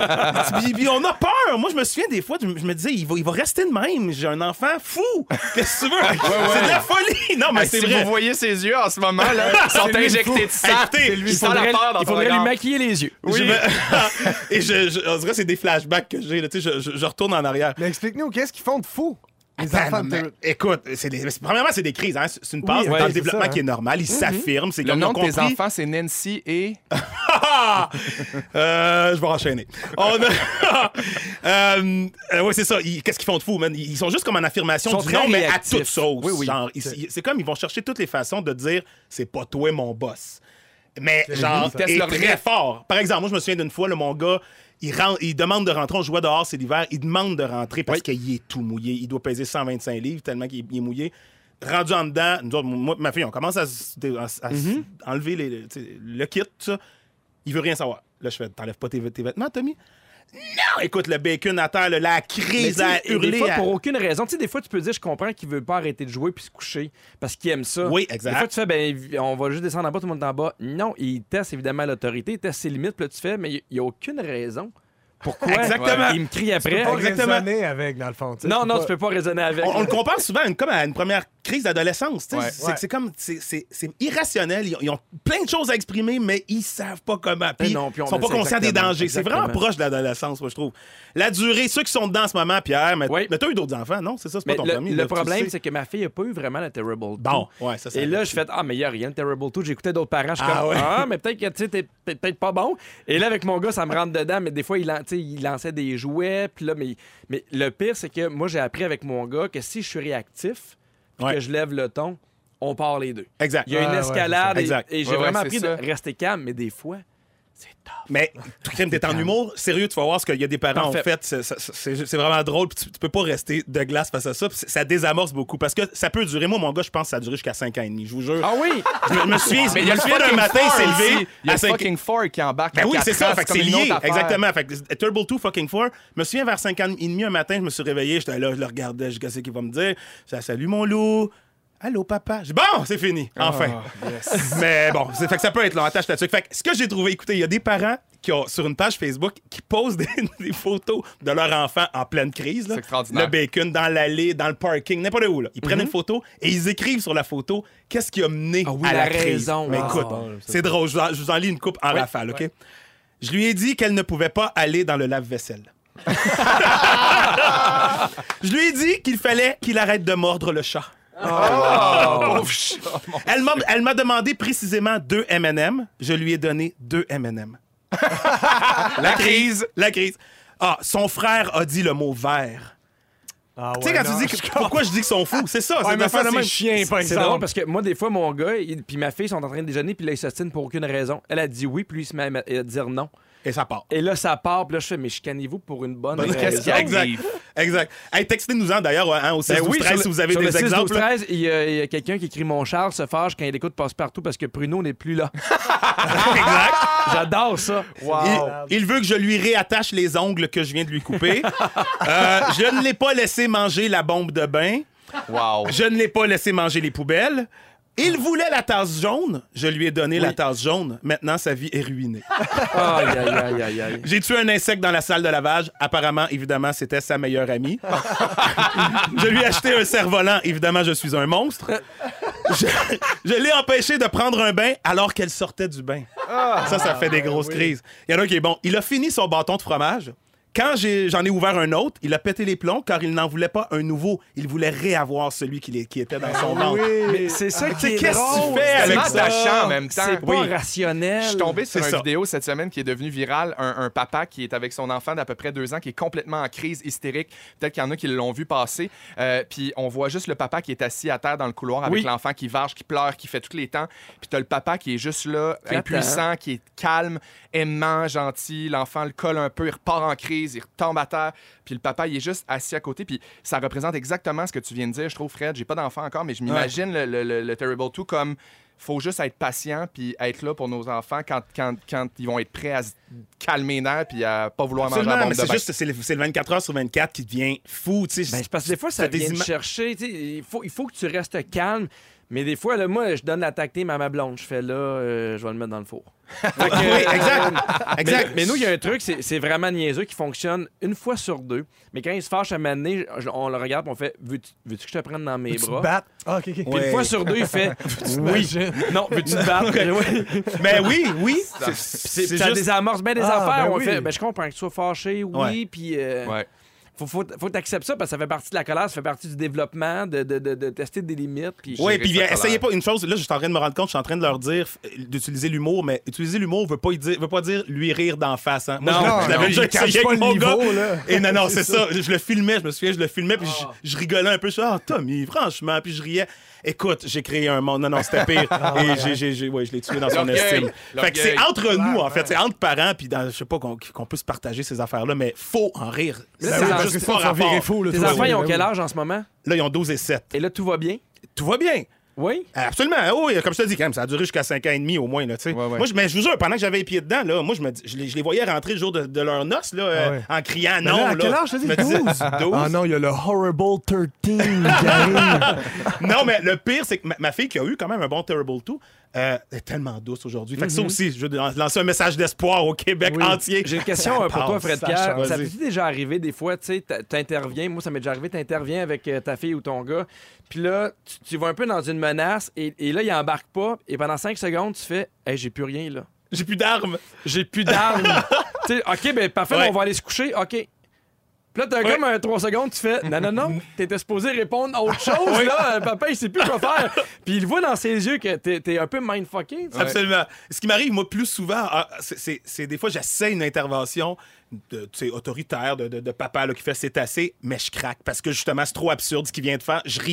puis, puis on a peur. Moi, je me souviens des fois, je me je me disais, il va, il va rester de même. J'ai un enfant fou. Qu'est-ce que tu veux? C'est de la folie. Non, mais Hey, c'est si vrai. vous voyez ses yeux en ce moment, là, ils sont lui le injectés fou. de sang. Écoutez, C'est il lui, Il sent faudrait, la peur dans il ton faudrait lui regard. maquiller les yeux. Je me- Et je, je, on dirait que c'est des flashbacks que j'ai. là, tu sais, Je, je, je retourne en arrière. Mais explique-nous, qu'est-ce qu'ils font de fou? Les Attends, enfants non, de mais Terrible. écoute, c'est des- c'est- premièrement, c'est des crises. Hein? C'est une passe Oui, dans ouais, le c'est développement ça, hein. qui est normal. Ils s'affirment. C'est Le comme nom ils de ont tes compris. enfants, c'est Nancy et... Ah! Euh, je vais enchaîner. On a... euh, euh, ouais, c'est ça. Ils- Qu'est-ce qu'ils font de fou, man? Ils sont juste comme en affirmation Ils sont du très non, mais à réactifs. toute sauce. Oui, oui. Genre, ils- ils- c'est comme ils vont chercher toutes les façons de dire c'est pas toi mon boss. Mais genre, Ils testent et leur très limite. fort. Par exemple, moi, je me souviens d'une fois, là, mon gars, il, rentre, il demande de rentrer. On jouait dehors, c'est l'hiver. Il demande de rentrer parce qu'il est tout mouillé. Il doit peser cent vingt-cinq livres tellement qu'il est- il est mouillé. Rendu en dedans, nous autres, moi, ma fille, on commence à, se- à se- à se- Mm-hmm. enlever les, tu sais, le kit, tout ça. Il veut rien savoir. Là, je fais, t'enlèves pas tes, tes vêtements, Tommy? Non! Écoute, le bacon à terre, là, la Mais crise tu à sais, et hurler. des fois, à- pour aucune raison. Tu sais, des fois, tu peux dire, je comprends qu'il veut pas arrêter de jouer puis se coucher parce qu'il aime ça. Oui, exact. Des fois, tu fais, ben, on va juste descendre en bas, tout le monde est en bas. Non, il teste évidemment l'autorité, il teste ses limites, puis là, tu fais, mais il n'y a aucune raison. Pourquoi Exactement. il me crie Tu peux après? pas Exactement. raisonner avec, dans le fond. tu sais, Non, non, pas- tu peux pas raisonner avec. On, on le compare souvent à une, comme à une première crise d'adolescence. tu sais. Ouais. C'est Ouais. c'est comme. c'est- C'est c'est irrationnel. Ils ont, ils ont plein de choses à exprimer, mais ils savent pas comment. Puis Eh non, puis on ils sont met pas ça conscients des exactement, dangers. C'est vraiment exactement. proche de l'adolescence, moi, je trouve. La durée, ceux qui sont dedans en ce moment, Pierre, mais, Oui. mais t'as eu d'autres enfants, non? C'est ça, c'est pas Mais ton le, premier. le là, tu problème, sais. c'est que ma fille n'a pas eu vraiment le Terrible deux. Bon, ouais, ça, ça Et là, arrive. je fais, ah, mais il n'y a rien, le Terrible deux. J'écoutais d'autres parents. Je suis Ah comme, ouais. ah, mais peut-être que tu sais, t'es t'es peut-être pas bon. Et là, avec mon gars, ça me rentre dedans, mais des fois, il, lan- tu sais, il lançait des jouets. Puis là, mais, mais le pire, c'est que moi, j'ai appris avec mon gars que si je suis réactif, puis Ouais. que je lève le ton, on part les deux. Exact. Il y a une Ouais, ouais, escalade c'est et- ça. Exact. et, j'ai Ouais, ouais, vraiment c'est appris ça. de rester calme, mais des fois, Mais Crime, t'es en humour, sérieux, tu vas voir ce qu'il y a des parents Parfait. ont fait. C'est, c'est- c'est- c'est vraiment drôle. Puis tu, tu peux pas rester de glace face à ça. Puis ça désamorce beaucoup. Parce que ça peut durer. Moi, mon gars, je pense que ça a duré jusqu'à cinq ans et demi. Je vous jure. Ah oui! Je me, je me souviens, Mais je il y a me le souviens d'un fucking matin, il four s'est aussi. levé. Il y a à le cinq- fucking four qui embarque. Ben à oui, quatre c'est ça. ans, Fait que comme c'est une autre lié. affaire. Exactement. Fait que Turbo deux fucking four. Je me souviens vers cinq ans et demi, un matin, je me suis réveillé. J'étais là, je le regardais. Je sais qu'il va me dire. Ça, salut mon loup. Allô, papa. J'ai dit, bon, c'est fini. Enfin. Mais bon, c'est, fait que ça peut être long. Attache là-dessus. Fait que ce que j'ai trouvé, écoutez, il y a des parents qui ont, sur une page Facebook, qui posent des, des photos de leur enfant en pleine crise. Là. C'est extraordinaire. Le bacon dans l'allée, dans le parking, n'importe où. Là. Ils prennent une photo et ils écrivent sur la photo qu'est-ce qui a mené Ah oui, à la, la crise. raison. Mais Ah, écoute, bon, c'est drôle. Je vous, en, je vous en lis une coupe en rafale, OK? Je lui ai dit qu'elle ne pouvait pas aller dans le lave-vaisselle. Je lui ai dit qu'il fallait qu'il arrête de mordre le chat. Oh, pauvre chat. Elle m'a, elle m'a demandé précisément deux M and M. Je lui ai donné deux M and M. La crise. La crise. Ah, son frère a dit le mot vert. Ah Tu sais, ouais, quand non, tu dis que- je pourquoi je dis qu'ils sont fous, c'est ça. Ouais, c'est mais d'affaire ça, de c'est même. chien, par C'est exemple. drôle parce que moi, des fois, mon gars et puis ma fille sont en train de déjeuner, puis là, ils s'ostinent pour aucune raison. Elle a dit oui, puis lui, il se met à me- à dire non. Et ça part. Et là, ça part, puis là, je fais, mais chicanez-vous pour une bonne Bonne raison. Qu'est-ce qui Exact. arrive? Exact. Hey, textez-nous-en d'ailleurs hein, au six Ben douze oui, treize sur si le- vous avez sur des le six douze exemples. treize, il y a, il y a quelqu'un qui écrit Mon Charles se fâche quand il écoute Passe-Partout parce que Pruno n'est plus là. Exact. J'adore ça. Il, il veut que je lui réattache les ongles que je viens de lui couper. Euh, je ne l'ai pas laissé manger la bombe de bain. Wow. Je ne l'ai pas laissé manger les poubelles. Il voulait la tasse jaune. Je lui ai donné la tasse jaune. Maintenant, sa vie est ruinée. Aïe, aïe, aïe, aïe, aïe. J'ai tué un insecte dans la salle de lavage. Apparemment, évidemment, c'était sa meilleure amie. Je lui ai acheté un cerf-volant. Évidemment, je suis un monstre. Je, je l'ai empêché de prendre un bain alors qu'elle sortait du bain. Ça, ça fait des grosses crises. Il y en a un qui est bon. Il a fini son bâton de fromage. Quand j'ai, j'en ai ouvert un autre, il a pété les plombs car il n'en voulait pas un nouveau. Il voulait réavoir celui qui, les- qui était dans son ventre. Mais c'est ça Tu qui sais, est qu'est-ce que drôle. tu fais C'est avec attachant ça? en même temps. C'est pas Oui. rationnel. Je suis tombé sur C'est une ça. vidéo cette semaine qui est devenue virale. Un, un papa qui est avec son enfant d'à peu près deux ans, qui est complètement en crise hystérique. Peut-être qu'il y en a qui l'ont vu passer. Euh, puis on voit juste le papa qui est assis à terre dans le couloir avec Oui. l'enfant qui varge, qui pleure, qui fait tous les temps. Puis t'as le papa qui est juste là, Qui impuissant, qui est calme, aimant, gentil. L'enfant le colle un peu, il repart en crise, il retombe à terre. Puis le papa, il est juste assis à côté. Puis ça représente exactement ce que tu viens de dire, je trouve, Fred. J'ai pas d'enfant encore, mais je m'imagine le, le, le, le Terrible two comme faut juste être patient puis être là pour nos enfants quand, quand, quand ils vont être prêts à se calmer les nerfs puis à pas vouloir manger la Absolument, bombe mais de c'est bain. juste c'est le, c'est le vingt-quatre heures sur vingt-quatre qui devient fou. Tu sais. Ben, c'est parce que des fois, ça T'as des vient te ima- chercher. tu sais, Il faut, il faut que tu restes calme. Mais des fois, là, moi, je donne la tactile à ma blonde. Je fais là, euh, je vais le mettre dans le four. Fait que, Oui, exact. Mais, exact. mais nous, il y a un truc, c'est c'est vraiment niaiseux qui fonctionne une fois sur deux. Mais quand il se fâche à m'amener, on le regarde et on fait Veux-tu veux-tu que je te prenne dans mes Tu te bras? battes. Ah, ok, ok. Puis une fois sur deux, il fait Oui. Non, veux-tu te battre? Oui. Mais oui, oui. Ça- C'est C'est- Ça juste- désamorce bien des Ah, affaires. ben on oui. fait ben, Je comprends que tu sois fâché, oui. Ouais. Puis. euh, Ouais. Faut, faut, faut t'accepter ça parce que ça fait partie de la colère, ça fait partie du développement, de, de, de, de tester des limites. Puis Oui, gérer puis sa bien, colère. essayez pas une chose. Là, je suis en train de me rendre compte, je suis en train de leur dire euh, d'utiliser l'humour, mais utiliser l'humour veut pas y dire, veut pas dire lui rire d'en face. Hein. Moi, Non, je, non, je l'avais non, déjà il cache essayé pas avec le mon gars. niveau, là. Et non, non, c'est ça. Je le filmais, je me souviens, je le filmais, puis je, je rigolais un peu. Je suis ah, Tommy, franchement, puis je riais. Écoute, j'ai créé un monde. Non, non, c'était pire. Et j'ai, j'ai, j'ai- ouais, je l'ai tué dans son L'orgueil, estime. Fait que c'est l'orgueil. entre nous, en fait. C'est entre parents, puis dans, je sais pas, qu'on, qu'on peut se partager ces affaires-là, mais faut en rire. Mais là, Ça c'est veut parce juste que pas ça, ça virait rapport. fou, là, tes toi, enfants, oui, ils ont oui. quel âge en ce moment? Là, ils ont douze et sept. Et là, tout va bien? Tout va bien. Oui? Absolument. Oh, oui, comme je te dis, quand même, ça a duré jusqu'à cinq ans et demi au moins. Là, tu sais. Ouais, ouais. Moi, je, mais je vous jure, pendant que j'avais les pieds dedans, là, moi, je, me, dis- je, les, je les voyais rentrer le jour de, de leur noces là, euh, ouais. en criant Mais non. là, à quel là. âge, t'as dit? Je me disais, douze? douze. Ah non, il y a le Horrible treize qui arrive. Non, mais le pire, c'est que ma, ma fille, qui a eu quand même un bon Terrible two, euh, est tellement douce aujourd'hui. Fait que ça aussi, je veux lancer un message d'espoir au Québec Oui. entier. J'ai une question Ça euh, pour toi, passe, Fred ça Pierre. change. Ça Vas-y. t'est déjà arrivé des fois, tu sais, t'a- t'interviens, moi ça m'est déjà arrivé, t'interviens avec euh, ta fille ou ton gars, puis là, tu, tu vas un peu dans une menace, et, et là, il embarque pas, et pendant cinq secondes, tu fais « Hey, j'ai plus rien, là. J'ai plus d'armes. J'ai plus d'armes. » Tu sais, OK, ben parfait, Ouais. on va aller se coucher, OK. Puis là, t'as Ouais. comme un trois secondes, tu fais non, non, non, t'étais supposé répondre à autre chose, là. Euh, Papa, il sait plus quoi faire. Puis il voit dans ses yeux que t'es, t'es un peu mindfucké. tu sais. Absolument. Ce qui m'arrive, moi, plus souvent, ah, c'est, c'est, c'est des fois, j'essaie une intervention de, tu sais, autoritaire de, de, de papa là, qui fait c'est assez, mais je craque parce que justement, c'est trop absurde ce qu'il vient de faire. Je ris.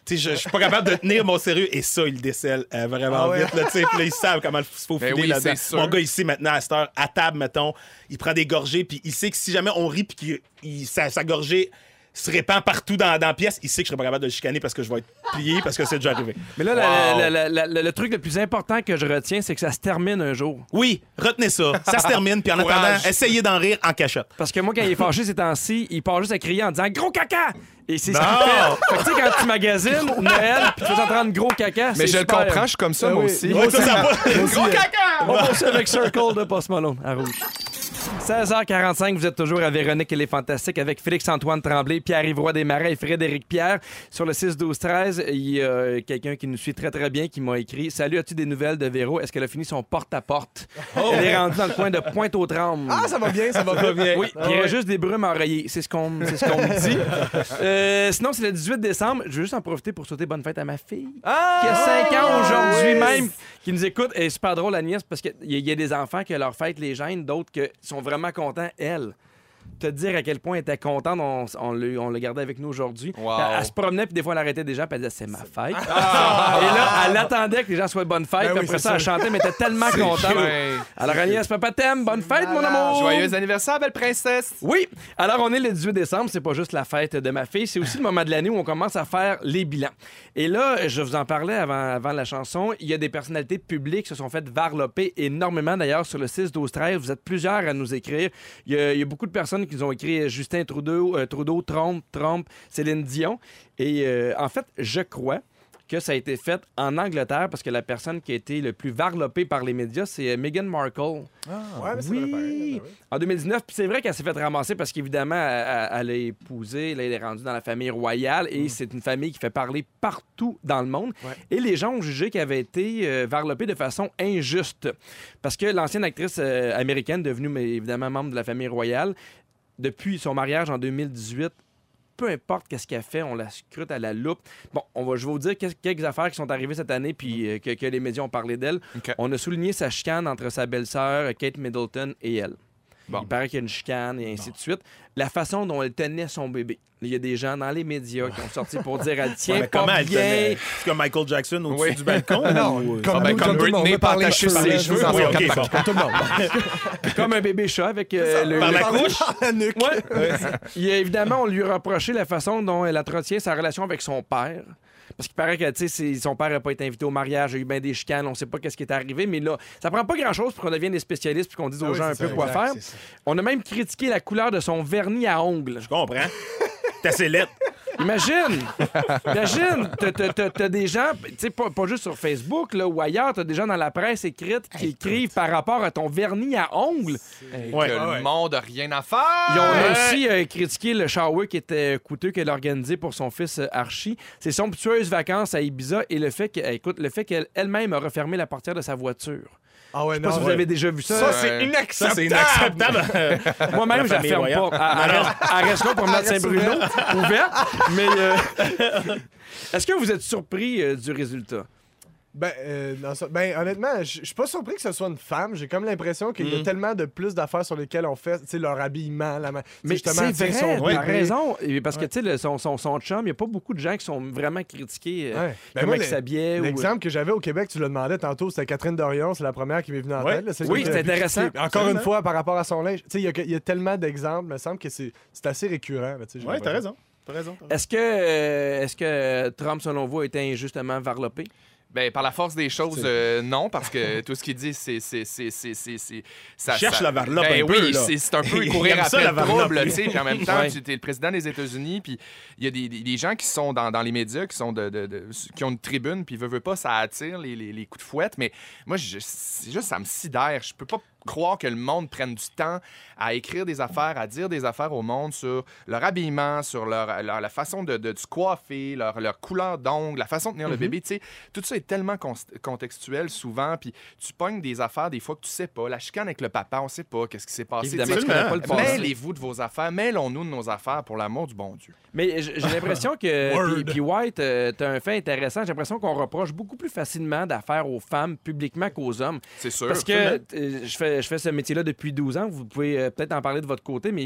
Tu sais, je je suis pas capable de tenir mon sérieux. Et ça, ils le décèlent euh, vraiment Ah ouais. vite. Là, tu sais. Puis là, ils savent comment il faut Ben filer oui, là-dedans. c'est sûr. Mon gars, ici, maintenant, à cette heure, à table, mettons, il prend des gorgées, puis il sait que si jamais on rit, puis qu'il il- sa, sa gorgée se répand partout dans, dans la pièce, il sait que je serais pas capable de le chicaner parce que je vais être plié, parce que c'est déjà arrivé. Mais là, la- la- la- la- le truc le plus important que je retiens, c'est que ça se termine un jour. Oui, retenez ça. Ça se termine, puis en Courage. attendant, essayez d'en rire en cachette. Parce que moi, quand il est fâché ces temps-ci, il part juste à crier en disant « Gros caca! » Et c'est ce qu'il Non! fait. Fait que tu sais, quand tu magasines Noël, puis tu fais entendre gros caca, Mais c'est je le super. comprends, je suis comme ça, Ah moi oui. aussi. Ouais, ça, ça va. Gros caca! On va aussi avec Circle de Post Malone à rouge. seize heures quarante-cinq, vous êtes toujours à Véronique et les Fantastiques avec Félix-Antoine Tremblay, Pierre-Yves Roy Desmarais et Frédéric Pierre. Sur le six douze treize, il y a quelqu'un qui nous suit très très bien qui m'a écrit « Salut, as-tu des nouvelles de Véro? Est-ce qu'elle a fini son porte-à-porte? Elle est rendue dans le coin de Pointe-aux-Trembles. Ah, ça va bien, ça va bien. Oui, puis il y a juste des brumes enrayées. C'est ce qu'on c'est ce qu'on me dit. Euh, sinon, c'est le dix-huit décembre. Je veux juste en profiter pour souhaiter bonne fête à ma fille, Ah! qui a cinq ans aujourd'hui oui. même, qui nous écoute. Elle est super drôle, la nièce, parce qu'il y, a- il y a des enfants que leur fête les gêne, d'autres qui sont vraiment contents, elle. Te dire à quel point elle était contente, on, on l'a on l'a gardé avec nous aujourd'hui. Wow. Elle, elle se promenait, puis des fois, elle arrêtait des gens, puis elle disait c'est ma fête. Et là, elle attendait que les gens soient bonne fête, Ben puis oui, après c'est ça, elle sûr. chantait, mais elle était tellement contente. Ouais. Alors, Agnès, papa t'aime, bonne fête, mon Malade. amour! Joyeux anniversaire, belle princesse! Oui, alors on est le dix-huit décembre, c'est pas juste la fête de ma fille, c'est aussi le moment de l'année où on commence à faire les bilans. Et là, je vous en parlais avant, avant la chanson, il y a des personnalités publiques qui se sont faites varloper énormément. D'ailleurs, sur le six douze treize, vous êtes plusieurs à nous écrire. Il y a, il y a beaucoup de personnes qui nous ont écrit Justin Trudeau, euh, Trudeau, Trump, Trump, Céline Dion. Et euh, en fait, je crois que ça a été fait en Angleterre parce que la personne qui a été le plus varlopée par les médias, c'est euh, Meghan Markle. Ouais, mais c'est Oui, vrai, pareil, oui. en deux mille dix-neuf. Puis c'est vrai qu'elle s'est fait ramasser parce qu'évidemment, elle, elle a épousé, là, elle est rendue dans la famille royale et c'est une famille qui fait parler partout dans le monde. Ouais. Et les gens ont jugé qu'elle avait été euh, varlopée de façon injuste. Parce que l'ancienne actrice euh, américaine, devenue mais, évidemment membre de la famille royale, depuis son mariage en deux mille dix-huit, peu importe qu'est-ce qu'elle fait, on la scrute à la loupe. Bon, on va, je vais vous dire quelques, quelques affaires qui sont arrivées cette année puis euh, que, que les médias ont parlé d'elle. OK. On a souligné sa chicane entre sa belle-sœur, Kate Middleton, et elle. Bon. Il paraît qu'il y a une chicane et ainsi de suite. La façon dont elle tenait son bébé. Il y a des gens dans les médias qui ont sorti pour dire elle tient Ouais, mais pas comment elle bien. tenait? C'est comme Michael Jackson au-dessus Oui. du balcon? Non, ou- comme, Ah ben, nous, comme tout le monde, Britney on va parler pentacher de ses cheveux, cheveux là, en oui, quatre ok, pattes. bon, comme tout le monde. Comme un bébé chat avec euh, le... Par la le- couche? la nuque. Ouais. Il y a, évidemment, on lui reprochait la façon dont elle entretient sa relation avec son père. Parce qu'il paraît que tu sais, c'est- son père n'a pas été invité au mariage, il y a eu bien des chicanes, on sait pas qu'est-ce qui est arrivé, mais là, ça prend pas grand-chose pour qu'on devienne des spécialistes puis qu'on dise Ah aux oui, gens un c'est peu ça, quoi exact, faire. c'est ça. On a même critiqué la couleur de son vernis à ongles. Je comprends. T'es assez lettre. Imagine! Imagine! T'as- t'as- T'as t'as des gens, tu sais, pas, pas juste sur Facebook là, ou ailleurs, t'as des gens dans la presse écrite qui écrivent par rapport à ton vernis à ongles. Et Ouais. que Ouais. le monde a rien à faire! Ils ont aussi euh, critiqué le shower qui était coûteux qu'elle a organisé pour son fils euh, Archie. Ses somptueuses vacances à Ibiza et le fait que, euh, écoute, le fait qu'elle-elle-même a refermé la portière de sa voiture. Ah ouais, Je sais pas non. si vous ouais. avez déjà vu ça. Ça, Ouais. c'est Ça, inacceptable. c'est inacceptable. Moi-même, La je la famille ferme royale. pas. Elle, elle reste, elle reste là pour me mettre Saint-Bruno, ouverte. Mais euh, est-ce que vous êtes surpris euh, du résultat? Ben, euh, dans ça- ben, honnêtement, je je suis pas surpris que ce soit une femme. J'ai comme l'impression qu'il y a Mm. tellement de plus d'affaires sur lesquelles on fait, tu sais, leur habillement, la ma- tu sais, Mais justement, c'est tiens, vrai, son t'as bébé. raison. Et parce que, tu sais, le- son, son, son chum, il n'y a pas beaucoup de gens qui sont vraiment critiqués. euh, Ouais. Ben, comment moi, il le- s'habillait. ou- L'exemple que j'avais au Québec, tu le demandais tantôt, c'était Catherine Dorion, c'est la première qui m'est venue en Ouais. tête. là, celle Oui, qui c'est était intéressant. critiquée. Encore Absolument. une fois, par rapport à son linge. Tu sais, il y a- il y, a tellement d'exemples, il me semble que c'est c'est assez récurrent. là, tu sais, j'ai Ouais, t'as l'impression. raison. T'as raison. t'as raison. Est-ce que, euh, est-ce que Trump, selon vous, a été injustement varlopé? Ben, par la force des choses, euh, non, parce que tout ce qu'il dit, c'est. c'est, c'est, c'est, c'est, c'est ça, Il cherche ça- la varlope ben un oui, peu, là. c'est, c'est un peu Il courir aime ça, après la le varlope, trouble, lui. tu sais. Puis en même temps, Ouais. tu es le président des États-Unis, puis il y a des, des, des gens qui sont dans, dans les médias, qui, sont de, de- de- qui ont une tribune, puis veut, veut pas, ça attire les, les, les coups de fouette. Mais moi, je, c'est juste, ça me sidère. Je peux pas croire que le monde prenne du temps à écrire des affaires, à dire des affaires au monde sur leur habillement, sur leur, leur- la façon de, de, de se coiffer, leur, leur couleur d'ongles, la façon de tenir le bébé. Tu sais, tout ça est tellement con- contextuel souvent, puis tu pognes des affaires des fois que tu sais pas. La chicane avec le papa, on sait pas qu'est-ce qui s'est passé. Évidemment, Tu sais, tu connais pas le passé. mêlez-vous de vos affaires, mêlons-nous de nos affaires pour l'amour du bon Dieu. Mais j- j'ai l'impression que. Word. Puis- Puis White, euh, t'as un fait intéressant. J'ai l'impression qu'on reproche beaucoup plus facilement d'affaires aux femmes publiquement qu'aux hommes. C'est sûr. Parce que euh, je fais, je fais ce métier-là depuis douze ans. Vous pouvez euh, peut-être en parler de votre côté, mais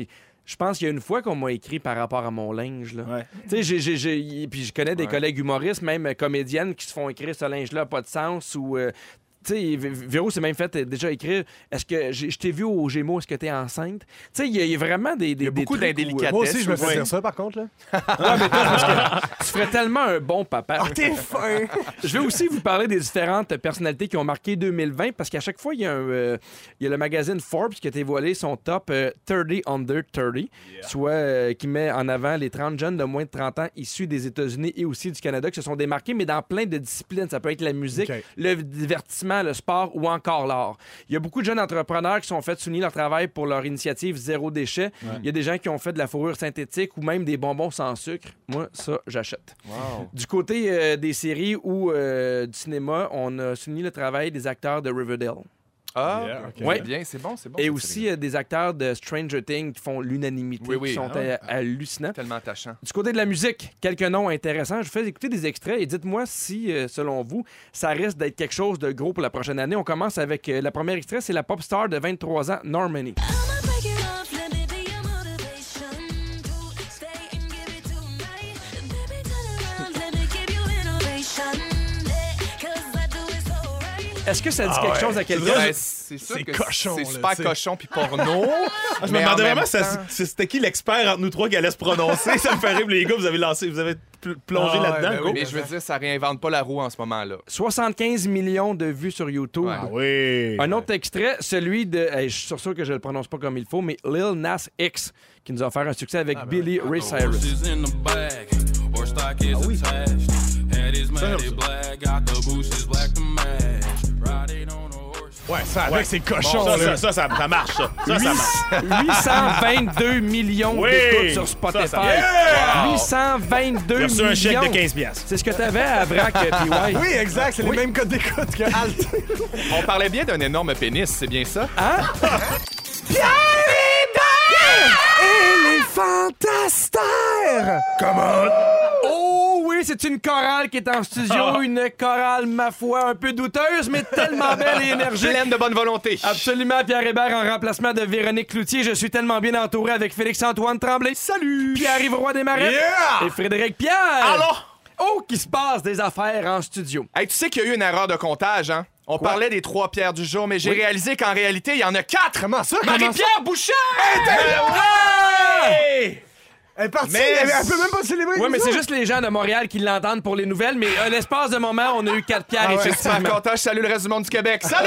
Je pense qu'il y a une fois qu'on m'a écrit par rapport à mon linge. Là. Ouais. Tu sais, j'ai, j'ai, j'ai- puis je connais des Ouais. collègues humoristes, même comédiennes, qui se font écrire ce linge-là n'a pas de sens ou. euh, tu sais, V- Véro s'est même fait euh, déjà écrire est-ce que j'ai- je t'ai vu au Gémeaux, est-ce que t'es enceinte? Tu sais, il y, a- il y a vraiment des. des Il y a des beaucoup trucs où, euh, d'indélicatesse. Moi aussi, je me fais Ouais. dire ça, par contre. Là. Ouais, mais toi, parce que tu ferais tellement un bon papa. Ah, t'es fin! Je vais aussi vous parler des différentes personnalités qui ont marqué deux mille vingt parce qu'à chaque fois, il y a, un, euh, il y a le magazine Forbes qui a dévoilé son top euh, trente under trente, soit euh, qui met en avant les trente jeunes de moins de trente ans issus des États-Unis et aussi du Canada qui se sont démarqués, mais dans plein de disciplines. Ça peut être la musique, OK. le divertissement, le sport ou encore l'art. Il y a beaucoup de jeunes entrepreneurs qui sont fait souligner leur travail pour leur initiative Zéro déchet. Il y a des gens qui ont fait de la fourrure synthétique ou même des bonbons sans sucre. Moi, ça, j'achète. Du côté euh, des séries ou euh, du cinéma, on a souligné le travail des acteurs de Riverdale. Ah, Yeah, ok. Ouais. bien, c'est bon, c'est bon. Et cette aussi série-là. euh, des acteurs de Stranger Things qui font l'unanimité, Oui, oui. qui sont Ah euh, hallucinants. Tellement attachant. Du côté de la musique, quelques noms intéressants. Je vous fais écouter des extraits et dites-moi si, euh, selon vous, ça risque d'être quelque chose de gros pour la prochaine année. On commence avec euh, la première extrait, c'est la pop star de vingt-trois ans, Normani. Est-ce que ça dit quelque chose à quelqu'un? Ben, c'est sûr c'est que cochon, c'est là, super tu sais. cochon puis porno. Ah, je me mais en demandais même vraiment ça- temps- si- c'était qui l'expert entre nous trois qui allait se prononcer. Ça me fait rire, les gars, vous avez lancé, vous avez pl- plongé Ah, là-dedans. ouais, ben go. Mais je veux dire, ça réinvente pas la roue en ce moment-là. soixante-quinze millions de vues sur YouTube. Ouais. Ah oui. Un autre extrait, celui de. Hey, je suis sûr sûr que je le prononce pas comme il faut, mais Lil Nas X, qui nous a offert un succès avec Billy Ray Cyrus. Ah oui. Ouais, ça, avec, c'est Bon, cochon. ça, là. ça, ça, ça, ça marche, ça. Ça, ça marche. huit cent vingt-deux millions Oui! d'écoutes sur Spotify. Ça, ça- Yeah! huit cent vingt-deux J'ai reçu millions. un chèque de quinze piastres. C'est ce que t'avais à Vrac, euh, P Y. Oui, exact, c'est Oui. les mêmes codes d'écoute que Alt. On parlait bien d'un énorme pénis, c'est bien ça? Hein? Et les fantastaires! Oh oui, c'est une chorale qui est en studio. Une chorale, ma foi, un peu douteuse, mais tellement belle et énergique. Pleine de bonne volonté. Absolument, Pierre Hébert en remplacement de Véronique Cloutier. Je suis tellement bien entouré avec Félix-Antoine Tremblay. Salut! Pierre-Yves Roy Desmarais. Yeah! Et Frédéric Pierre. Alors? Oh, qui se passe des affaires en studio. Hey, tu sais qu'il y a eu une erreur de comptage, hein? On parlait des trois pierres du jour, mais j'ai Oui. réalisé qu'en réalité, il y en a quatre! Comment ça? Comment ça? Marie-Pierre Bouchard! Hey! Elle est partie, Mais- elle, elle peut même pas célébrer. Oui, mais ça. c'est juste les gens de Montréal qui l'entendent pour les nouvelles, mais à l'espace de moment, on a eu quatre pierres, Ah ouais. Super effectivement. content, je salue le reste du monde du Québec. Salut!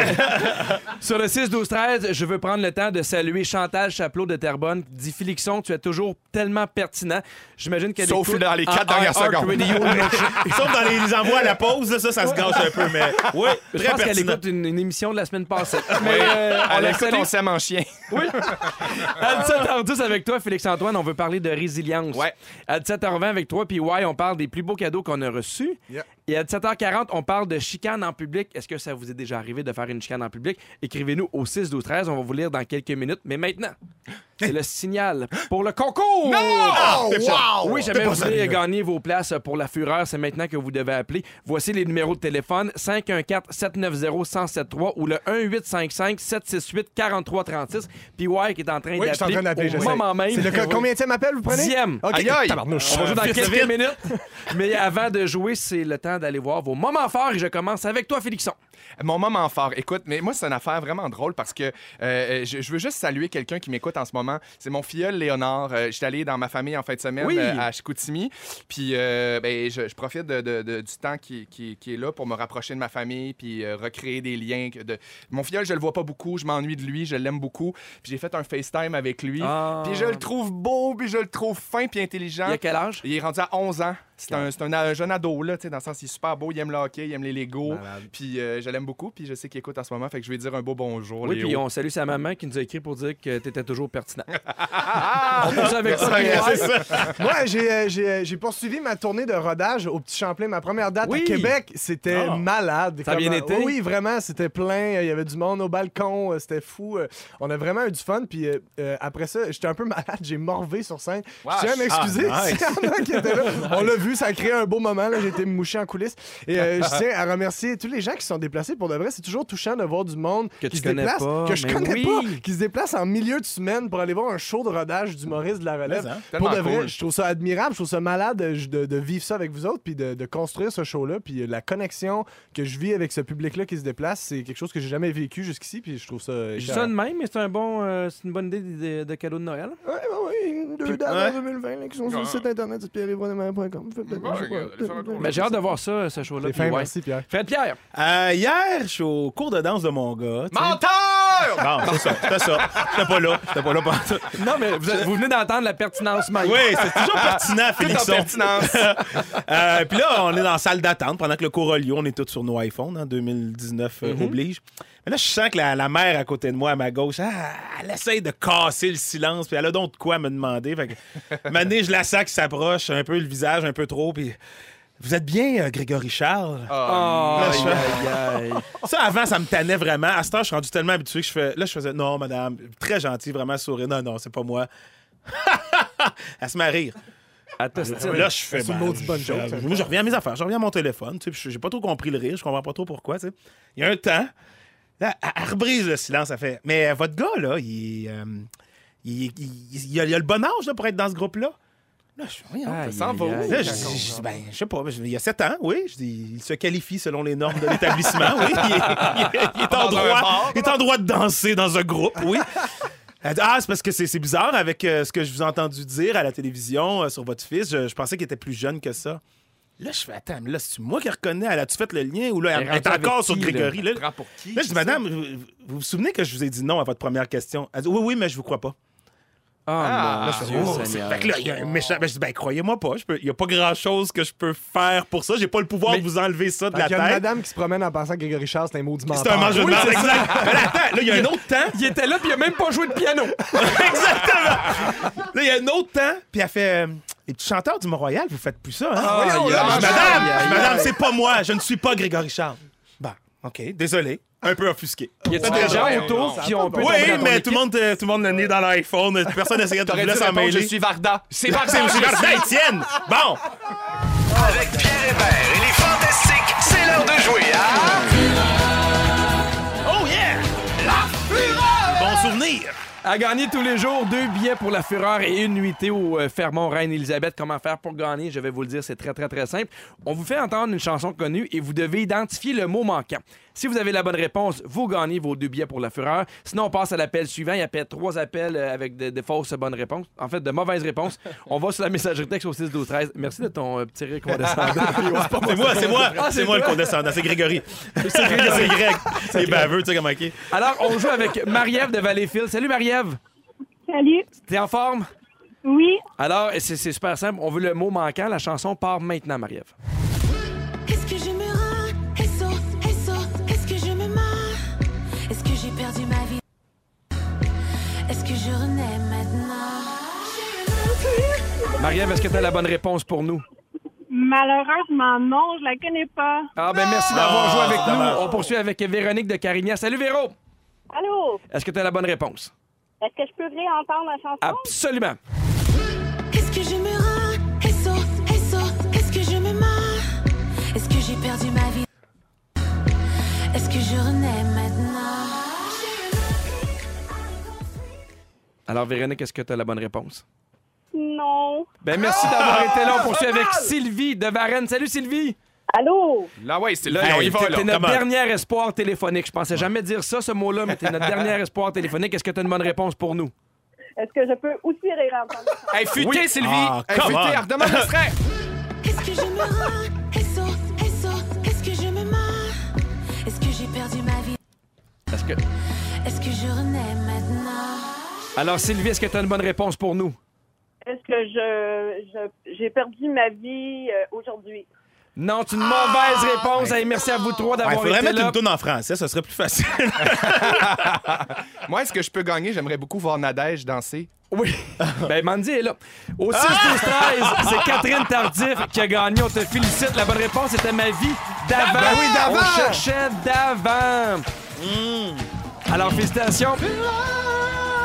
Sur le six douze treize, je veux prendre le temps de saluer Chantal Chapelot de Terrebonne qui dit Félixon, tu es toujours tellement pertinent. J'imagine qu'elle Sauf écoute dans les quatre en dernières iHeart secondes. Radio, le- Sauf dans les, les envois à la pause, là, ça, ça se gâche un peu, mais oui, Je très pense qu'elle pertinent. écoute une, une émission de la semaine passée. Mais euh, on On la écoute, salue. on s'aime en chien. Oui. À dix-sept heures dix avec toi, Félix-Antoine, on veut parler de résilience. Ouais. À dix-sept heures vingt avec toi, puis ouais, on parle des plus beaux cadeaux qu'on a reçus. Yeah. Et à dix-sept heures quarante, on parle de chicane en public. Est-ce que ça vous est déjà arrivé de faire une chicane en public? Écrivez-nous au six douze treize, on va vous lire dans quelques minutes. Mais maintenant, c'est le signal pour le concours! Oh, wow! Oui, T'es jamais pas vous voulez sérieux. gagner vos places pour la Fureur, c'est maintenant que vous devez appeler. Voici les numéros de téléphone cinq un quatre, sept neuf zéro, un zéro sept trois ou le un huit cinq cinq, sept six huit, quatre trois trois six. P Y qui est en train Oui, je suis en train d'appeler, d'appeler je au sais. moment même. C'est le Oui. combien de appel vous prenez? Dixième. OK, Aïe, aïe. tabarnouche. On va jouer dans vite, quelques vite. minutes. Mais avant de jouer, c'est le temps d'aller voir vos moments forts et je commence avec toi, Félixon. Mon moment fort. Écoute, mais moi, c'est une affaire vraiment drôle parce que euh, je, je veux juste saluer quelqu'un qui m'écoute en ce moment. C'est mon filleul Léonard. Euh, J'étais allé dans ma famille en fin de semaine Oui. euh, à Chicoutimi. Puis, euh, ben, je, je profite de, de- de- du temps qui, qui- qui est là pour me rapprocher de ma famille puis euh, recréer des liens. que De... Mon filleul, je le vois pas beaucoup. Je m'ennuie de lui. Je l'aime beaucoup. Puis, j'ai fait un FaceTime avec lui. Ah. Puis, je le trouve beau. Puis, je le trouve fin puis intelligent. Il a quel âge? Il est rendu à onze ans. C'est un, c'est un, un jeune ado, là, tu sais, dans le sens, il est super beau, il aime le hockey, il aime les Legos. Malade. Puis euh, je l'aime beaucoup, puis je sais qu'il écoute en ce moment, fait que je vais lui dire un beau bonjour, Oui, Léo. puis on salue sa maman qui nous a écrit pour dire que t'étais toujours pertinent. On fait ça avec toi, Ça, P Y. c'est ça. Moi, j'ai, euh, j'ai, euh, j'ai poursuivi ma tournée de rodage au Petit Champlain. Ma première date Oui. à Québec, c'était Ah. malade. Ça a bien Comme, été? euh, Oui, vraiment, c'était plein. Il y avait du monde au balcon. euh, C'était fou. Euh, On a vraiment eu du fun. Puis euh, euh, après ça, j'étais un peu malade. J'ai morvé sur scène. Wesh. Je tiens à m'excuser Ah, nice. s'il y en a qui étaient là. On l'a vu, ça a créé un beau moment. Là. J'ai été me moucher en coulisses. Et euh, je tiens à remercier tous les gens qui se sont déplacés déplacer. Pour de vrai, c'est toujours touchant de voir du monde Que qui tu se connais déplace, pas, que je mais connais oui. pas, qui se déplace en milieu de semaine pour aller voir un show de rodage d'humoristes de la relève. Mais, hein, Pour de tellement vrai, cool. je trouve ça admirable, je trouve ça malade de, de- de vivre ça avec vous autres, puis de, de construire ce show-là, puis euh, la connexion que je vis avec ce public-là qui se déplace, c'est quelque chose que j'ai jamais vécu jusqu'ici, puis je trouve ça. Je dis écœurant. ça de même, mais c'est un bon, euh, c'est une bonne idée de, de cadeau de Noël. Ouais, ouais, ouais, deux dates ouais. en deux mille vingt là, qui sont sur le site internet de pierre yves point com. Mais j'ai hâte de voir ça, ce show-là. C'est puis fin, ouais. merci Pierre. Fred Pierre. Euh, hier, je suis au cours de danse de mon gars. tu sais. Menteur! Bon, c'est ça, c'était ça. J'étais pas là. J'étais pas là pendant tout. Non, mais vous, vous venez d'entendre la pertinence même. Oui, c'est toujours pertinent, Tout en Félixon. pertinence. Euh, Puis là, on est dans la salle d'attente pendant que le cours a lieu. On est tous sur nos iPhones, hein, deux mille dix-neuf euh, oblige. Mais là, je sens que la, la mère à côté de moi, à ma gauche, ah, elle essaye de casser le silence. Puis elle a donc de quoi me demander. Fait que, un moment donné, je la sens qui s'approche, un peu le visage, un peu trop. Puis vous êtes bien, euh, Grégory Charles? Oh, Là, je fais- aïe, aïe. Ça, avant, ça me tannait vraiment. À ce temps, je suis rendu tellement habitué que je fais. Là, je faisais non, madame. Très gentil, vraiment sourire. Non, non, c'est pas moi. Elle se met à rire. À t'ostine. Là, je fais. C'est une ben, maudite bonne je- joke, ça. Moi, je reviens à mes affaires. Je reviens à mon téléphone. Tu sais, puis j'ai pas trop compris le rire. Je comprends pas trop pourquoi. Tu sais. Il y a un temps. Là, elle, elle rebrise le silence. Elle fait. Mais euh, votre gars, là, il, est, euh, il, il- il- il a, il a le bon âge là, pour être dans ce groupe-là. Là, je fais. Voyons. Aïe, Ça s'en va aïe, où? aïe. Là, je dis, je dis, ben, je sais pas, je dis, il y a sept ans, oui. Je dis, il se qualifie selon les normes de l'établissement, oui. Il est, il est- il est en Dans un droit, bar. il est en droit de danser dans un groupe, oui. Elle dit, ah, c'est parce que c'est c'est bizarre avec euh, ce que je vous ai entendu dire à la télévision euh, sur votre fils. Je, je pensais qu'il était plus jeune que ça. Là, je fais, attends, mais là, c'est moi qui reconnais. Elle a-tu fait le lien ou là, elle, Elle est elle est rendue encore avec sur qui, Grégory? Là, Prends pour qui? là, je dis, madame, vous, vous vous souvenez que je vous ai dit non à votre première question? Elle dit, oui, oui, mais je vous crois pas. Oh, Ah, mon Dieu, Oh, Seigneur. fait que là, il y a un méchant. Ben, je dis, ben, croyez-moi pas. Il n'y a pas grand-chose que je peux faire pour ça. J'ai pas le pouvoir Mais- de vous enlever ça de Il la y a une tête. madame qui se promène en pensant que Grégory Charles, c'est un maudit menteur. C'est un mangeur de Oui, merde, c'est ça. exact. Mais là, attends, là, il y a un autre temps. Il était là, puis il a même pas joué de piano. Exactement. Là, il y a un autre temps. Puis elle fait. euh, Les petits chanteurs du Mont-Royal, vous faites plus ça, hein? Ah, Voyons, aïe, là, aïe, je dis, aïe, madame, aïe, je dis, aïe. madame, c'est pas moi. Je ne suis pas Grégory Charles. Bah, OK, désolé. Un peu offusqué. Y a-tu Ouais, des gens ouais, autour ouais, qui ont un peu Oui, tombé dans ton mais équipe? tout le monde, euh, tout le monde l'a né dans l'iPhone. Personne n'essayait de T'aurais dû voulait s'en répondre, je mêler. suis Varda. C'est C'est Varda. aussi Varda Étienne. Bon. Avec Pierre Hébert et les Fantastiques, c'est l'heure de jouer à... Oh yeah! La fureur! Bon souvenir. À gagner tous les jours, deux billets pour la Fureur et une nuitée au euh, Fairmont Reine-Élisabeth. Comment faire pour gagner? Je vais vous le dire, c'est très, très, très simple. On vous fait entendre une chanson connue et vous devez identifier le mot manquant. Si vous avez la bonne réponse, vous gagnez vos deux billets pour la Fureur. Sinon, on passe à l'appel suivant. Il y a peut-être trois appels euh, avec de, de fausses bonnes réponses. En fait, de mauvaises réponses. On va sur la messagerie texte au six douze treize. Merci de ton euh, petit rire condescendant. C'est moi, c'est moi. Ah, c'est c'est moi le toi? condescendant. C'est Grégory. C'est Greg. C'est Greg. C'est baveux, tu sais comment il est. Alors, on joue avec Marie-Ève de Valleyfield. Salut, Marie-Ève. Salut. T'es en forme? Oui. Alors, c'est c'est super simple. On veut le mot manquant. La chanson part maintenant, Marie-Ève. Est-ce que je me rends? Est-ce est-ce est-ce que je me marre? Est-ce que j'ai perdu ma vie? Est-ce que je renais maintenant? Marie-Ève, est-ce que tu as la bonne réponse pour nous? Malheureusement, non, je la connais pas. Ah, ben merci d'avoir Ah, joué avec dommage. nous. On poursuit avec Véronique de Carignan. Salut, Véro! Allô? Est-ce que tu as la bonne réponse? Est-ce que je peux réentendre la chanson? Absolument. Est-ce que je me rends? Est-ce est-ce est-ce que je me marre? Est-ce que j'ai perdu ma vie? Est-ce que je renais maintenant? Alors, Véronique, est-ce que tu as la bonne réponse? Non. Ben merci d'avoir été là. On poursuit avec Sylvie de Varennes. Salut, Sylvie! Allô? Là, ouais, c'est là. Là, on y va, t'es là. t'es notre Comment? dernier espoir téléphonique. Je pensais jamais dire ça, ce mot-là, mais t'es notre dernier espoir téléphonique. Est-ce que tu as une bonne réponse pour nous? Est-ce que je peux aussi réentendre la chanson? Hey, futé, Oui. Sylvie! Ah, Hey, come futé, on. redemande l'extrait! Est-ce que je me rends? Est-ce est-ce est-ce que je me marre? Est-ce que j'ai perdu ma vie? Est-ce que... Est-ce que je renais maintenant? Alors, Sylvie, est-ce que tu as une bonne réponse pour nous? Est-ce que je, je j'ai perdu ma vie euh, aujourd'hui? Non, c'est une mauvaise réponse. Hey, merci à vous trois Il d'avoir faudrait été mettre là. une toune en français, ça serait plus facile. Moi, est-ce que je peux gagner? J'aimerais beaucoup voir Nadège danser. Oui. Ben, Mandy est là. Au six douze treize, c'est Catherine Tardif qui a gagné. On te félicite. La bonne réponse était ma vie d'avant. Ben oui, d'avant. On cherchait d'avant. Alors, félicitations.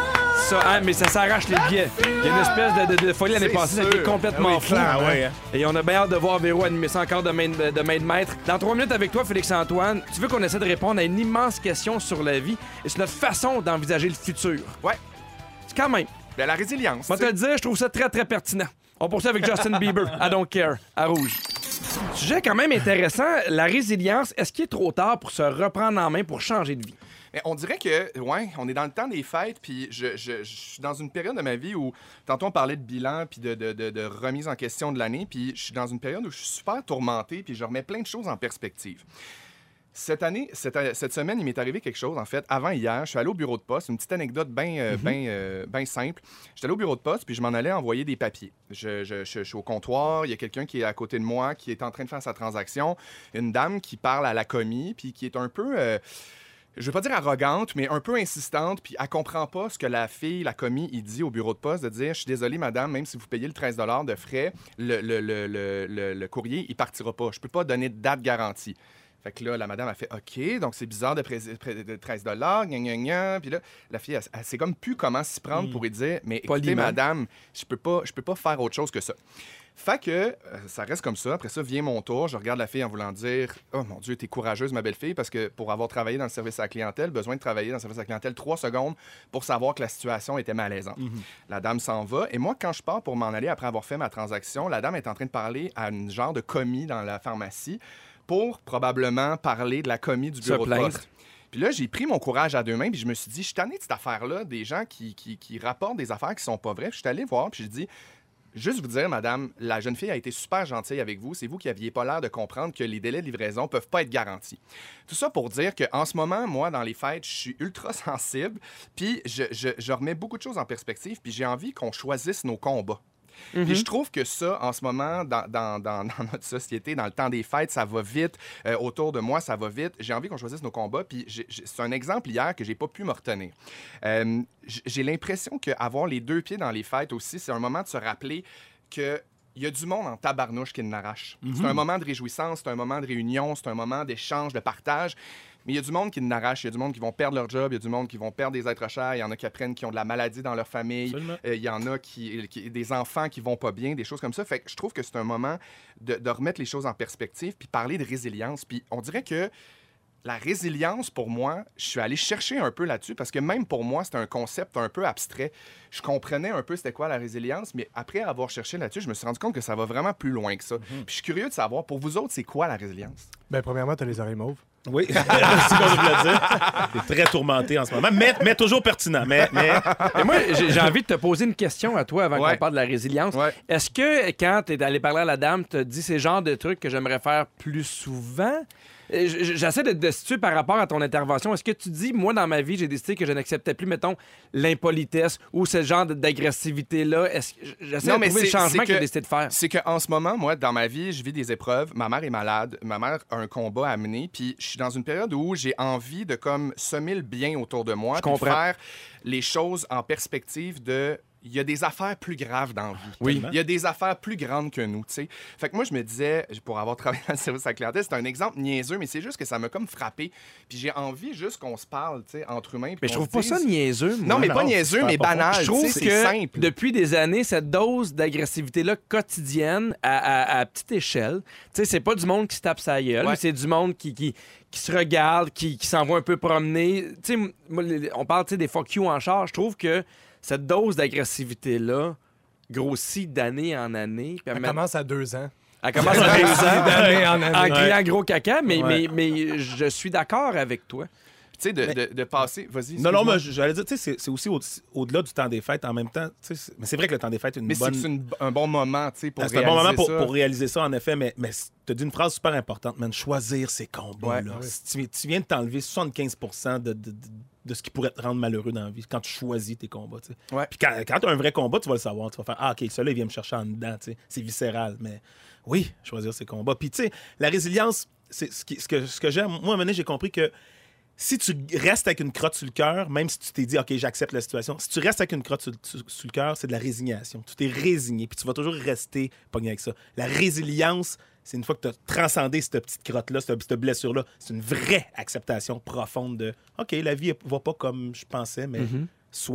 ça, hein, mais ça s'arrache les billets. Il y a une espèce de, de, de folie l'année C'est passée, ça a sûr. été complètement Ah oui, fou. clairement. Ah ouais, hein? Et on a bien hâte de voir Véro animer ça encore de main de, de main de maître. Dans trois minutes avec toi, Félix-Antoine, tu veux qu'on essaie de répondre à une immense question sur la vie et sur notre façon d'envisager le futur. Ouais. C'est quand même. Ben, la résilience. Moi, tu te sais. le dire, je trouve ça très, très pertinent. On poursuit avec Justin Bieber, I Don't Care, à Rouge. Sujet quand même intéressant, la résilience. Est-ce qu'il est trop tard pour se reprendre en main pour changer de vie? Mais on dirait que, ouais, on est dans le temps des fêtes, puis je, je, je suis dans une période de ma vie où, tantôt on parlait de bilan, puis de, de, de, de remise en question de l'année, puis je suis dans une période où je suis super tourmenté, puis je remets plein de choses en perspective. Cette année, cette, cette semaine, il m'est arrivé quelque chose, en fait. Avant hier, je suis allé au bureau de poste. Une petite anecdote bien euh, Mhm. ben, euh, ben simple. J'étais allé au bureau de poste, puis je m'en allais envoyer des papiers. Je, je- je- je suis au comptoir, il y a quelqu'un qui est à côté de moi, qui est en train de faire sa transaction. Une dame qui parle à la commis, puis qui est un peu... euh, je veux pas dire arrogante, mais un peu insistante, puis elle comprend pas ce que la fille, la commis, il dit au bureau de poste, de dire « Je suis désolé, madame, même si vous payez le treize dollars de frais, le, le, le, le, le- le courrier, il partira pas. Je peux pas donner de date garantie. » Fait que là, la madame a fait « OK, donc c'est bizarre de, pré- pré- de treize dollars, gna gna gna. » Puis là, la fille, elle, elle sait comme plus comment s'y prendre pour lui dire « Mais écoutez, Poliment. madame, je peux pas, je peux pas faire autre chose que ça. » Fait que euh, ça reste comme ça. Après ça, vient mon tour. Je regarde la fille en voulant dire « Oh mon Dieu, t'es courageuse, ma belle-fille, parce que pour avoir travaillé dans le service à la clientèle, besoin de travailler dans le service à la clientèle trois secondes pour savoir que la situation était malaisante. La dame s'en va. Et moi, quand je pars pour m'en aller après avoir fait ma transaction, la dame est en train de parler à une genre de commis dans la pharmacie pour probablement parler de la commis du Se bureau de plaindre. poste. Puis là, j'ai pris mon courage à deux mains, puis je me suis dit, je suis tanné de cette affaire-là, des gens qui, qui, qui rapportent des affaires qui sont pas vraies. Puis je suis allé voir, puis j'ai dit, juste vous dire, madame, la jeune fille a été super gentille avec vous. C'est vous qui aviez pas l'air de comprendre que les délais de livraison peuvent pas être garantis. Tout ça pour dire qu'en ce moment, moi, dans les fêtes, je suis ultra sensible, puis je, je, je remets beaucoup de choses en perspective, puis j'ai envie qu'on choisisse nos combats. Puis je trouve que ça, en ce moment, dans, dans, dans, dans notre société, dans le temps des fêtes, ça va vite. Euh, autour de moi, ça va vite. J'ai envie qu'on choisisse nos combats. Puis j'ai- j'ai- c'est un exemple hier que j'ai pas pu me retenir. Euh, j- j'ai l'impression qu'avoir les deux pieds dans les fêtes aussi, c'est un moment de se rappeler que il y a du monde en tabarnouche qui n'arrache. C'est un moment de réjouissance, c'est un moment de réunion, c'est un moment d'échange, de partage. Mais il y a du monde qui n'arrache, il y a du monde qui vont perdre leur job, il y a du monde qui vont perdre des êtres chers, il y en a qui apprennent qui ont de la maladie dans leur famille, Absolument. euh, il y en a qui, qui- des enfants qui vont pas bien, des choses comme ça. Fait que je trouve que c'est un moment de, de remettre les choses en perspective puis parler de résilience. Puis on dirait que la résilience, pour moi, je suis allé chercher un peu là-dessus parce que même pour moi, c'était un concept un peu abstrait. Je comprenais un peu c'était quoi la résilience, mais après avoir cherché là-dessus, je me suis rendu compte que ça va vraiment plus loin que ça. Puis je suis curieux de savoir, pour vous autres, c'est quoi la résilience? Ben, premièrement, t'as les oreilles mauves. Oui, c'est ce que je voulais dire. T'es très tourmenté en ce moment, mais, mais toujours pertinent. Mais, mais... Et moi, j'ai j'ai envie de te poser une question à toi avant Ouais. qu'on parle de la résilience. Ouais. Est-ce que quand tu es allé parler à la dame, tu as dit ces genres de trucs que j'aimerais faire plus souvent? Euh, j- J'essaie de te situer par rapport à ton intervention. Est-ce que tu dis, moi, dans ma vie, j'ai décidé que je n'acceptais plus, mettons, l'impolitesse ou ce genre de- d'agressivité-là? Est-ce que j'essaie Non, de mais trouver le c'est- changement c'est que tu as que- décidé de faire? C'est qu'en ce moment, moi, dans ma vie, je vis des épreuves. Ma mère est malade. Ma mère a un combat à mener. Puis je suis dans une période où j'ai envie de comme semer le bien autour de moi. Je puis de comprends. faire les choses en perspective de... Il y a des affaires plus graves dans la vie. Oui. Il y a des affaires plus grandes que nous, tu sais. Fait que moi, je me disais, pour avoir travaillé dans le service à la clientèle, c'est un exemple niaiseux, mais c'est juste que ça m'a comme frappé. Puis j'ai envie juste qu'on se parle, tu sais, entre humains. puis Mais je qu'on trouve pas se ça dise- niaiseux. moi. Non, mais Non, pas c'est niaiseux, super mais pas fort. banal. Je trouve tu sais, que c'est simple. depuis des années, cette dose d'agressivité-là quotidienne à, à- à petite échelle, tu sais, c'est pas du monde qui se tape sa gueule, Ouais. mais c'est du monde qui, qui, qui se regarde, qui, qui s'envoie un peu promener. Tu sais, moi, les- on parle tu sais, des fuck you en charge. Je trouve que cette dose d'agressivité-là grossit d'année en année. Puis Elle elle, commence à deux ans. elle commence à deux ans D'année en en année. criant gros caca, mais, Ouais. mais, mais je suis d'accord avec toi. Tu sais, de, de, de passer... Vas-y, Non, non, excuse-moi. mais j'allais dire, tu sais, c'est- c'est aussi au- au-delà du temps des fêtes en même temps. tu sais, c'est- Mais c'est vrai que le temps des fêtes est une Mais c'est bonne. que c'est une- un bon moment, tu sais, pour Ah, c'est un bon moment pour, ça. pour réaliser ça, en effet, mais, mais tu as dit une phrase super importante, man. Choisir ses combats. Ouais. là. Ouais. Si tu, tu viens de t'enlever soixante-quinze pour cent de, de, de, de ce qui pourrait te rendre malheureux dans la vie quand tu choisis tes combats. tu sais. Ouais. Puis quand, quand tu as un vrai combat, tu vas le savoir. Tu vas faire ah, OK, celui-là, il vient me chercher en dedans. tu sais. C'est viscéral. Mais oui, choisir ses combats. Puis, tu sais, la résilience, c'est ce, qui- ce que, ce que j'aime. Moi, à un moment donné, j'ai compris que si tu restes avec une crotte sur le cœur, même si tu t'es dit, OK, j'accepte la situation, si tu restes avec une crotte sur, sur- sur le cœur, c'est de la résignation. Tu t'es résigné, puis tu vas toujours rester pogné avec ça. La résilience, c'est une fois que tu as transcendé cette petite crotte-là, cette, cette blessure-là, c'est une vraie acceptation profonde de, OK, la vie ne va pas comme je pensais, mais soit.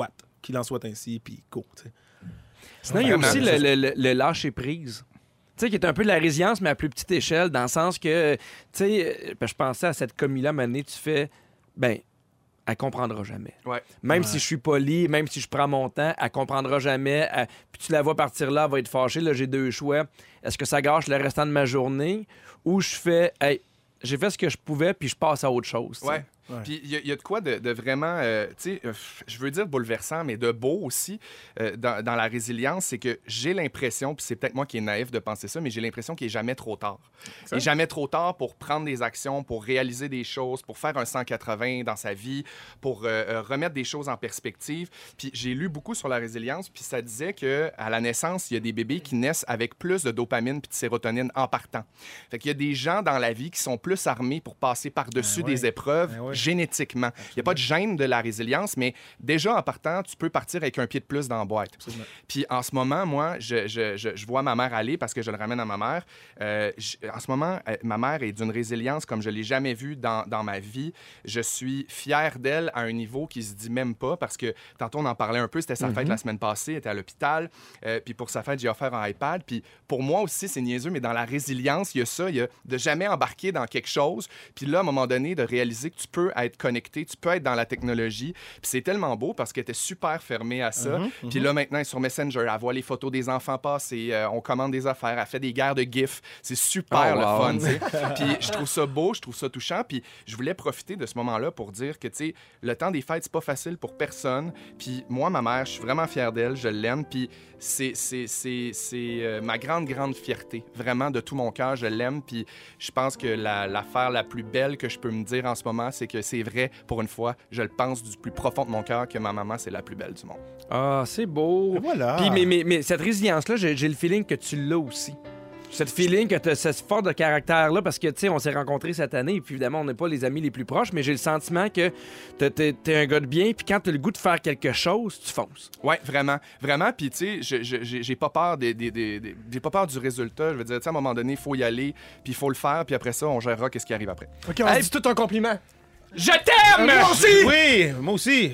qu'il en soit ainsi, puis go, tu sais. Sinon, il y a Vraiment, aussi c'est le, le, le, le lâcher-prise. Tu sais, qui est un peu de la résilience, mais à plus petite échelle, dans le sens que, tu sais, je pensais à cette commis-là, à un moment donné, tu fais, ben, elle comprendra jamais. Ouais. Même Ouais. si je suis poli, même si je prends mon temps, elle comprendra jamais. Elle- Puis tu la vois partir là, elle va être fâchée. Là, j'ai deux choix. Est-ce que ça gâche le restant de ma journée ou je fais, hey, j'ai fait ce que je pouvais, puis je passe à autre chose. tu sais. Ouais. Ouais. Puis il y, y a de quoi de, de vraiment, euh, tu sais, euh, je veux dire bouleversant, mais de beau aussi euh, dans, dans la résilience, c'est que j'ai l'impression, puis c'est peut-être moi qui est naïf de penser ça, mais j'ai l'impression qu'il n'est jamais trop tard. Il n'est jamais trop tard pour prendre des actions, pour réaliser des choses, pour faire un cent quatre-vingts dans sa vie, pour euh, euh, remettre des choses en perspective. Puis j'ai lu beaucoup sur la résilience, puis ça disait qu'à la naissance, il y a des bébés qui naissent avec plus de dopamine puis de sérotonine en partant. Fait qu'il y a des gens dans la vie qui sont plus armés pour passer par-dessus Ben oui. des épreuves Ben oui. génétiquement. Il n'y a pas de gêne de la résilience, mais déjà en partant, tu peux partir avec un pied de plus dans la boîte. Absolument. Puis en ce moment, moi, je, je, je, je vois ma mère aller parce que je le ramène à ma mère. Euh, je- en ce moment, euh, ma mère est d'une résilience comme je ne l'ai jamais vue dans, dans ma vie. Je suis fier d'elle à un niveau qui se dit même pas parce que tantôt on en parlait un peu, c'était sa fête la semaine passée, elle était à l'hôpital. Euh, puis pour sa fête, j'ai offert un iPad. Puis pour moi aussi, c'est niaiseux, mais dans la résilience, il y a ça, il y a de jamais embarquer dans quelque chose. Puis là, à un moment donné, de réaliser que tu peux être connecté, tu peux être dans la technologie. Puis c'est tellement beau parce qu'elle était super fermée à ça. Mhm, Puis là, maintenant, elle est sur Messenger, elle voit les photos des enfants passer, euh, on commande des affaires, elle fait des guerres de gifs. C'est super Oh, le wow. fun, tu sais. Puis je trouve ça beau, je trouve ça touchant. Puis je voulais profiter de ce moment-là pour dire que, tu sais, le temps des fêtes, c'est pas facile pour personne. Puis moi, ma mère, je suis vraiment fier d'elle, je l'aime. Puis c'est, c'est, c'est, c'est euh, ma grande, grande fierté. Vraiment, de tout mon cœur, je l'aime. Puis je pense que la, l'affaire la plus belle que je peux me dire en ce moment, c'est que c'est vrai, pour une fois, je le pense du plus profond de mon cœur, que ma maman, c'est la plus belle du monde. Ah, c'est beau. Et voilà. Puis, mais, mais, mais cette résilience-là, j'ai, j'ai le feeling que tu l'as aussi. Cette feeling que tu as cette force de caractère-là, parce que, tu sais, on s'est rencontrés cette année, et puis évidemment, on n'est pas les amis les plus proches, mais j'ai le sentiment que t'es, t'es, t'es un gars de bien, puis quand tu as le goût de faire quelque chose, tu fonces. Ouais, vraiment, vraiment. Puis tu sais, je- je- j'ai j'ai pas peur des, des, des- des- j'ai pas peur du résultat. Je veux dire, tu sais, à un moment donné, il faut y aller, puis il faut le faire, puis après ça, on gérera qu'est-ce qui arrive après. OK, on Hey, se dit tout un compliment. Je t'aime! Moi aussi! Oui, moi aussi.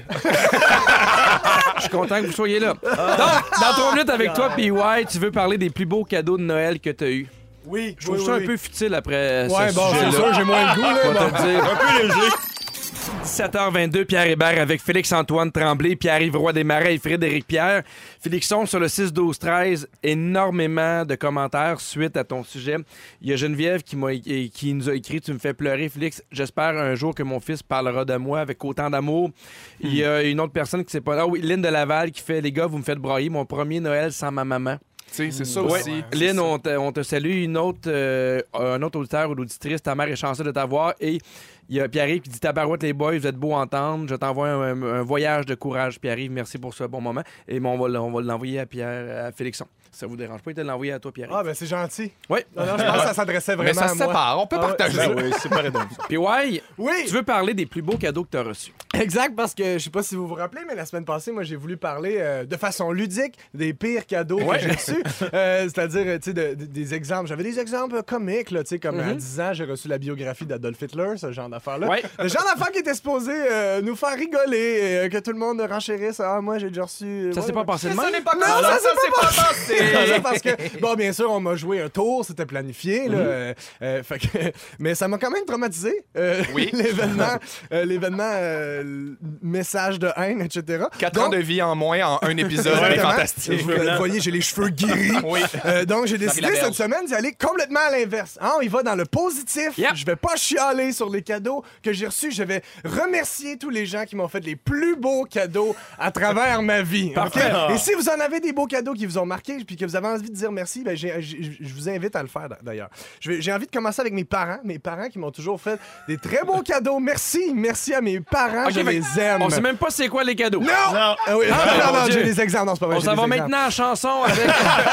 Je suis content que vous soyez là. Donc, dans trois minutes avec toi, P Y, tu veux parler des plus beaux cadeaux de Noël que tu as eus. Oui, Je trouve oui, ça oui, un peu futile après Ouais, ce bon, c'est sujet-là. sûr, j'ai moins le goût, là. On va bon. te le dire. Un peu léger. dix-sept heures vingt-deux, Pierre Hébert avec Félix-Antoine Tremblay, Pierre-Yves Roy Desmarais et Frédéric Pierre. Félixon, sur le six douze treize, énormément de commentaires suite à ton sujet. Il y a Geneviève qui, m'a, é- qui nous a écrit « Tu me fais pleurer, Félix. J'espère un jour que mon fils parlera de moi avec autant d'amour. Il y a une autre personne qui sait pas... Ah oui, Lynn de Laval qui fait « Les gars, vous me faites brailler. Mon premier Noël sans ma maman. » Tu sais, c'est ça Ouais. aussi. Lynn, on te, on te salue. Une autre, euh, un autre auditeur ou auditrice, ta mère est chanceuse de t'avoir. Et il y a Pierre-Yves qui dit Tabarouette, les boys, vous êtes beaux à entendre. Je t'envoie un, un voyage de courage, Pierre-Yves. Merci pour ce bon moment. Et bon, on va, on va l'envoyer à Pierre, à Félixon. Ça vous dérange pas, il te l'envoyer à toi, Pierre-Yves. Ah, ben c'est gentil. Oui. Non, non, je pense que ça s'adressait vraiment Mais ça à se moi. sépare, on peut Ah ouais, partager. c'est Ben oui, c'est pareil donc. Puis ouais, Oui! tu veux parler des plus beaux cadeaux que tu as reçus. Exact, parce que je sais pas si vous vous rappelez, mais la semaine passée, moi, j'ai voulu parler euh, de façon ludique des pires cadeaux que j'ai reçus. Euh, c'est-à-dire, euh, tu sais, de- de- des exemples. J'avais des exemples comiques, là, tu sais, comme à dix ans, j'ai reçu la biographie d'Adolf Hitler, ce genre d'affaire-là. Ouais. Le genre d'affaire qui était supposé euh, nous faire rigoler, euh, que tout le monde renchérisse. Ah, moi, j'ai déjà reçu. Ça ouais, s'est pas ouais. passé de Ça même? n'est pas Non, comme ça, ça, ça c'est pas passé. Non, parce que, bon, bien sûr, on m'a joué un tour, c'était planifié, là. euh, euh, fait que- mais ça m'a quand même traumatisé. euh, Oui. l'événement, euh, l'événement euh, l- message de haine, et cetera. Quatre Donc, ans de vie en moins en un épisode, c'est Exactement. fantastique. Vous vous voyez, j'ai les cheveux guéris. Oui. Euh, donc, j'ai décidé Marie cette Laberge. semaine d'y aller complètement à l'inverse. Hein, on y va dans le positif. Yep. Je vais pas chialer sur les cadeaux que j'ai reçus. Je vais remercier tous les gens qui m'ont fait les plus beaux cadeaux à travers ma vie. OK? Parfait. Et si vous en avez des beaux cadeaux qui vous ont marqué puis que vous avez envie de dire merci, ben, j'ai- j'ai- je vous invite à le faire d'ailleurs. Je vais- J'ai envie de commencer avec mes parents. Mes parents qui m'ont toujours fait des très beaux cadeaux. Merci. Merci à mes parents. Ok, je fait- les aime. On sait même pas c'est quoi les cadeaux. Non! Non. Ah oui, Ah, non, non, mon non, Dieu. j'ai des exemples. Non, c'est pas vrai. On j'ai s'en des va exemples. maintenant en chanson avec...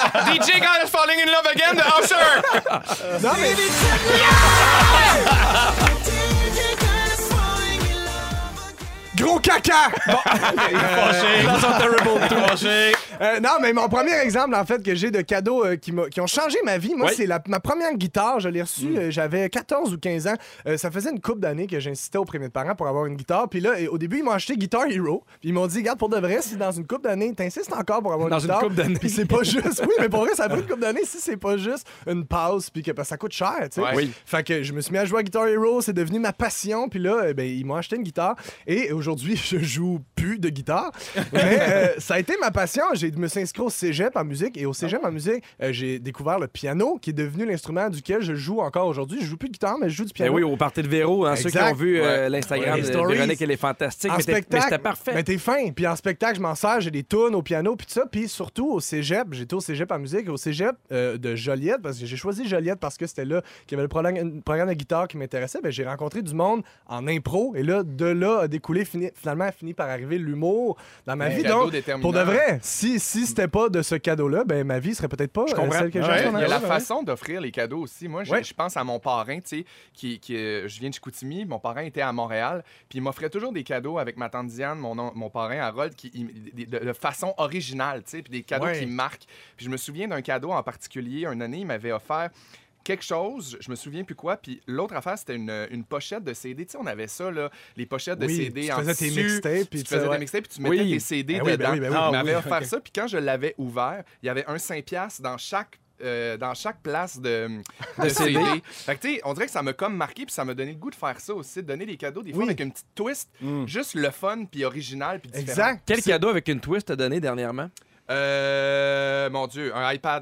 D J God is falling in love again de Usher. Non, mais... Gros caca! Fâché. Dans son Terrible deux. Fâché. Euh, non, mais mon premier exemple, en fait, que j'ai de cadeaux euh, qui, m'a- qui ont changé ma vie, moi, Oui. c'est la- ma première guitare. Je l'ai reçue, euh, j'avais quatorze ou quinze ans. Euh, ça faisait une couple d'années que j'insistais auprès de mes parents pour avoir une guitare. Puis là, et au début, ils m'ont acheté Guitar Hero. Puis ils m'ont dit, regarde, pour de vrai, si dans une couple d'années, t'insistes encore pour avoir Dans une une guitare. couple d'années. Puis c'est pas juste. Oui, mais pour vrai, ça a pris une couple d'années si c'est pas juste une pause. Puis que parce que ça coûte cher, tu sais. Ouais. Oui. Fait que je me suis mis à jouer à Guitar Hero, c'est devenu ma passion. Puis là, eh ben, ils m'ont acheté une guitare. Et aujourd'hui, je joue plus de guitare. Mais euh, ça a été ma passion. J'ai me suis inscrit au cégep en musique. Et au cégep en musique, euh, j'ai découvert le piano, qui est devenu l'instrument duquel je joue encore aujourd'hui. Je joue plus de guitare, mais je joue du Ben piano. oui, au party de Véro, hein, ceux qui Exact. ont vu euh, Ouais. l'Instagram Ouais, les de stories. Véronique, elle est fantastique. En Mais, t'es- mais spectacle, c'était parfait. Mais t'es fin. Puis en spectacle, je m'en sers, j'ai des tunes au piano, puis tout ça. Puis surtout au cégep, j'étais au cégep en musique, au cégep euh, de Joliette, parce que j'ai choisi Joliette parce que c'était là qu'il y avait le programme, programme de guitare qui m'intéressait. Ben, j'ai rencontré du monde en impro, et là, de là a découlé, fini- finalement, a fini par arriver l'humour dans ma Un vie. cadeau Donc, déterminant. pour de vrai, si, si c'était pas de ce cadeau-là, ben ma vie serait peut-être pas euh, comprends. celle que j'ai Ouais, en Il y a la arrière, ouais. façon d'offrir les cadeaux aussi. Moi, je, Ouais. je pense à mon parrain, tu sais, qui, qui, euh, je viens de Chicoutimi, mon parrain était à Montréal, puis il m'offrait toujours des cadeaux avec ma tante Diane, mon, on- mon parrain Harold, qui, il- de, de façon originale, tu sais, puis des cadeaux Ouais. qui marquent. Puis je me souviens d'un cadeau en particulier, une année, il m'avait offert quelque chose, je me souviens plus quoi, puis l'autre affaire, c'était une, une pochette de C D. Tu sais, on avait ça, là, les pochettes de Oui, C D tu en faisais tes tissu. mixtapes, puis Tu tu faisais ouais. tes mixtapes, puis tu mettais Oui. tes C D Ben oui, ben dedans. oui, ben oui. il Ah m'avait oui, offert ok. ça, puis quand je l'avais ouvert, il y avait un cinq piastres dans chaque euh, dans chaque place de, de C D. Fait que, tu sais, on dirait que ça m'a comme marqué, puis ça m'a donné le goût de faire ça aussi, de donner des cadeaux, des fois Oui. avec une petite twist, juste le fun, puis original, puis différent. Exact. Quel C'est- cadeau avec une twist t'as donné dernièrement? Euh, mon Dieu, un iPad.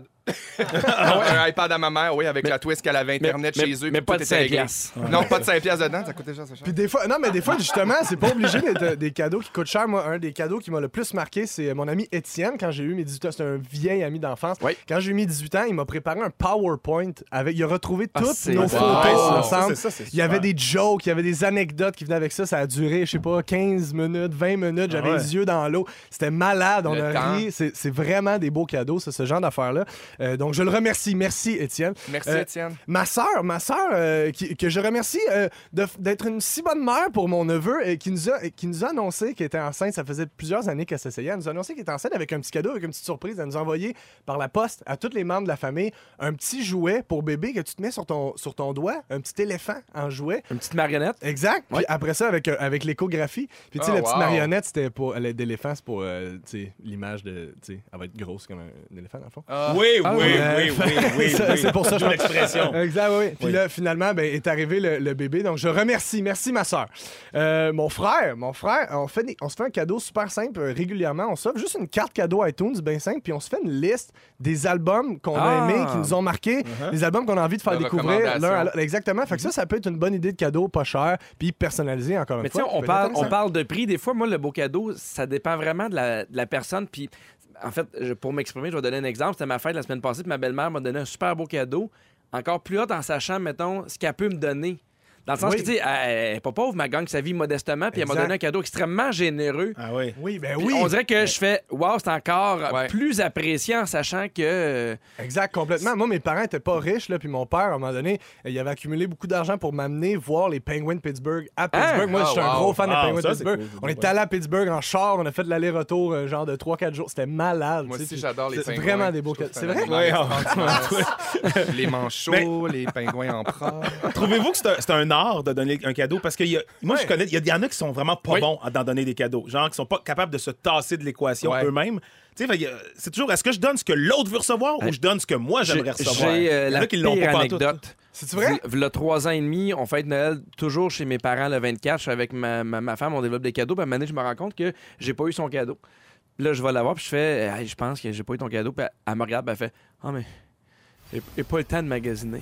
un iPad à ma mère, oui, avec Mais- la twist qu'elle avait Internet mais- chez eux. mais puis pas tout de était cinq réglé. piastres. Non, pas de cinq piastres dedans, ça coûtait cher, ça cher. Puis des fois, non, mais des fois, justement, c'est pas obligé d'être euh, des cadeaux qui coûtent cher. Moi, un des cadeaux qui m'a le plus marqué, c'est mon ami Étienne, quand j'ai eu mes dix-huit ans. C'est un vieil ami d'enfance. Oui. Quand j'ai eu mes dix-huit ans, il m'a préparé un PowerPoint avec. Il a retrouvé Ah, toutes c'est nos bon. photos Wow. ensemble. Ça, c'est- ça, c'est Il y avait super. des jokes, il y avait des anecdotes qui venaient avec ça. Ça a duré, je sais pas, quinze minutes, vingt minutes. J'avais Ah ouais. les yeux dans l'eau. C'était malade. On Le a temps. ri. C'est c'est vraiment des beaux cadeaux, c'est ce genre d'affaires-là. Euh, donc, je le remercie. Merci, Étienne. Merci, Euh, Étienne. Ma sœur, ma sœur, euh, qui- que je remercie euh, de- d'être une si bonne mère pour mon neveu, et qui nous a, qui nous a annoncé qu'elle était enceinte. Ça faisait plusieurs années qu'elle s'essayait. Elle nous a annoncé qu'elle était enceinte avec un petit cadeau, avec une petite surprise. Elle nous a envoyé par la poste à tous les membres de la famille un petit jouet pour bébé que tu te mets sur ton, sur ton doigt, un petit éléphant en jouet. Une petite marionnette? Exact. Puis Ouais. après ça, avec, euh, avec l'échographie. Puis tu sais, Oh, la petite wow. marionnette, c'était pour l'aide d'éléphant, c'est pour euh, tu sais, l'image de. Tu sais, elle va être grosse comme un, un éléphant, dans le fond. Ah. Oui, oui, Ah, oui, euh, oui, oui, oui. Ça, c'est pour ça, je D'où pense. l'expression. Exact, oui. Puis Oui. là, finalement, ben, est arrivé le, le bébé. Donc, je remercie. Merci, ma soeur. Euh, mon frère, mon frère, on, fait des- on se fait un cadeau super simple euh, régulièrement. On s'offre juste une carte cadeau iTunes, bien simple, puis on se fait une liste des albums qu'on Ah. a aimés, qui nous ont marqués, des albums qu'on a envie de faire De découvrir l'un à recommandations. l'autre. Exactement. Fait que ça, ça peut être une bonne idée de cadeau, pas cher, puis personnalisé, encore Mais une tu sais, fois. on Ça peut être parle, on intéressant. parle de prix. Des fois, moi, le beau cadeau, ça dépend vraiment de la, de la personne. Puis, en fait, je- pour m'exprimer, je vais donner un exemple. C'était ma fête la semaine passée, puis ma belle-mère m'a donné un super beau cadeau. Encore plus haut en sachant, mettons, ce qu'elle peut me donner. Dans le sens Oui. que, tu sais, elle n'est pas pauvre, mais elle gagne sa vie modestement, puis elle m'a Exact. donné un cadeau extrêmement généreux. Ah oui. Oui, ben Puis oui. on dirait que je fais, waouh, c'est encore Ouais. plus apprécié en sachant que. euh, Exact, complètement. Moi, mes parents étaient pas riches, là, puis mon père, à un moment donné, euh, il avait accumulé beaucoup d'argent pour m'amener voir les Penguins de Pittsburgh à Pittsburgh. Moi, Ah, j'étais un wow. gros fan Ah, des Penguins ça, de c'est Pittsburgh. cool. On est Ouais. allé à Pittsburgh en char, on a fait de l'aller-retour, euh, genre de trois quatre jours. C'était malade. Moi tu sais, aussi, puis j'adore les c'est pingouins. vraiment des beaux Je trouve cadeaux. que C'est un vrai? animal Ouais, extraordinaire. Les manchots, les pingouins en proie. Trouvez-vous que c'est un, c'est un art de donner un cadeau? Parce que y a- moi, je Ouais. connais, il y, y en a qui sont vraiment pas Oui. bons à d'en donner des cadeaux. Genre, qui sont pas capables de se tasser de l'équation Ouais. eux-mêmes. Tu sais, fait que, euh, c'est toujours, est-ce que je donne ce que l'autre veut recevoir Ouais. ou je donne ce que moi j'aimerais J'ai recevoir? j'ai, euh, Il y en la a qui l'ont pire pas pantoute. anecdote. C'est-tu vrai? Il y a trois ans et demi, on fête Noël toujours chez mes parents le vingt-quatre. Je suis avec ma, ma, ma femme, on développe des cadeaux. Puis à un moment donné, je me rends compte que j'ai pas eu son cadeau. Puis là, je vais la voir, puis je fais Hey, je pense que j'ai pas eu ton cadeau. Puis elle, elle me regarde, puis elle fait Ah, mais j'ai j'ai pas le temps de magasiner.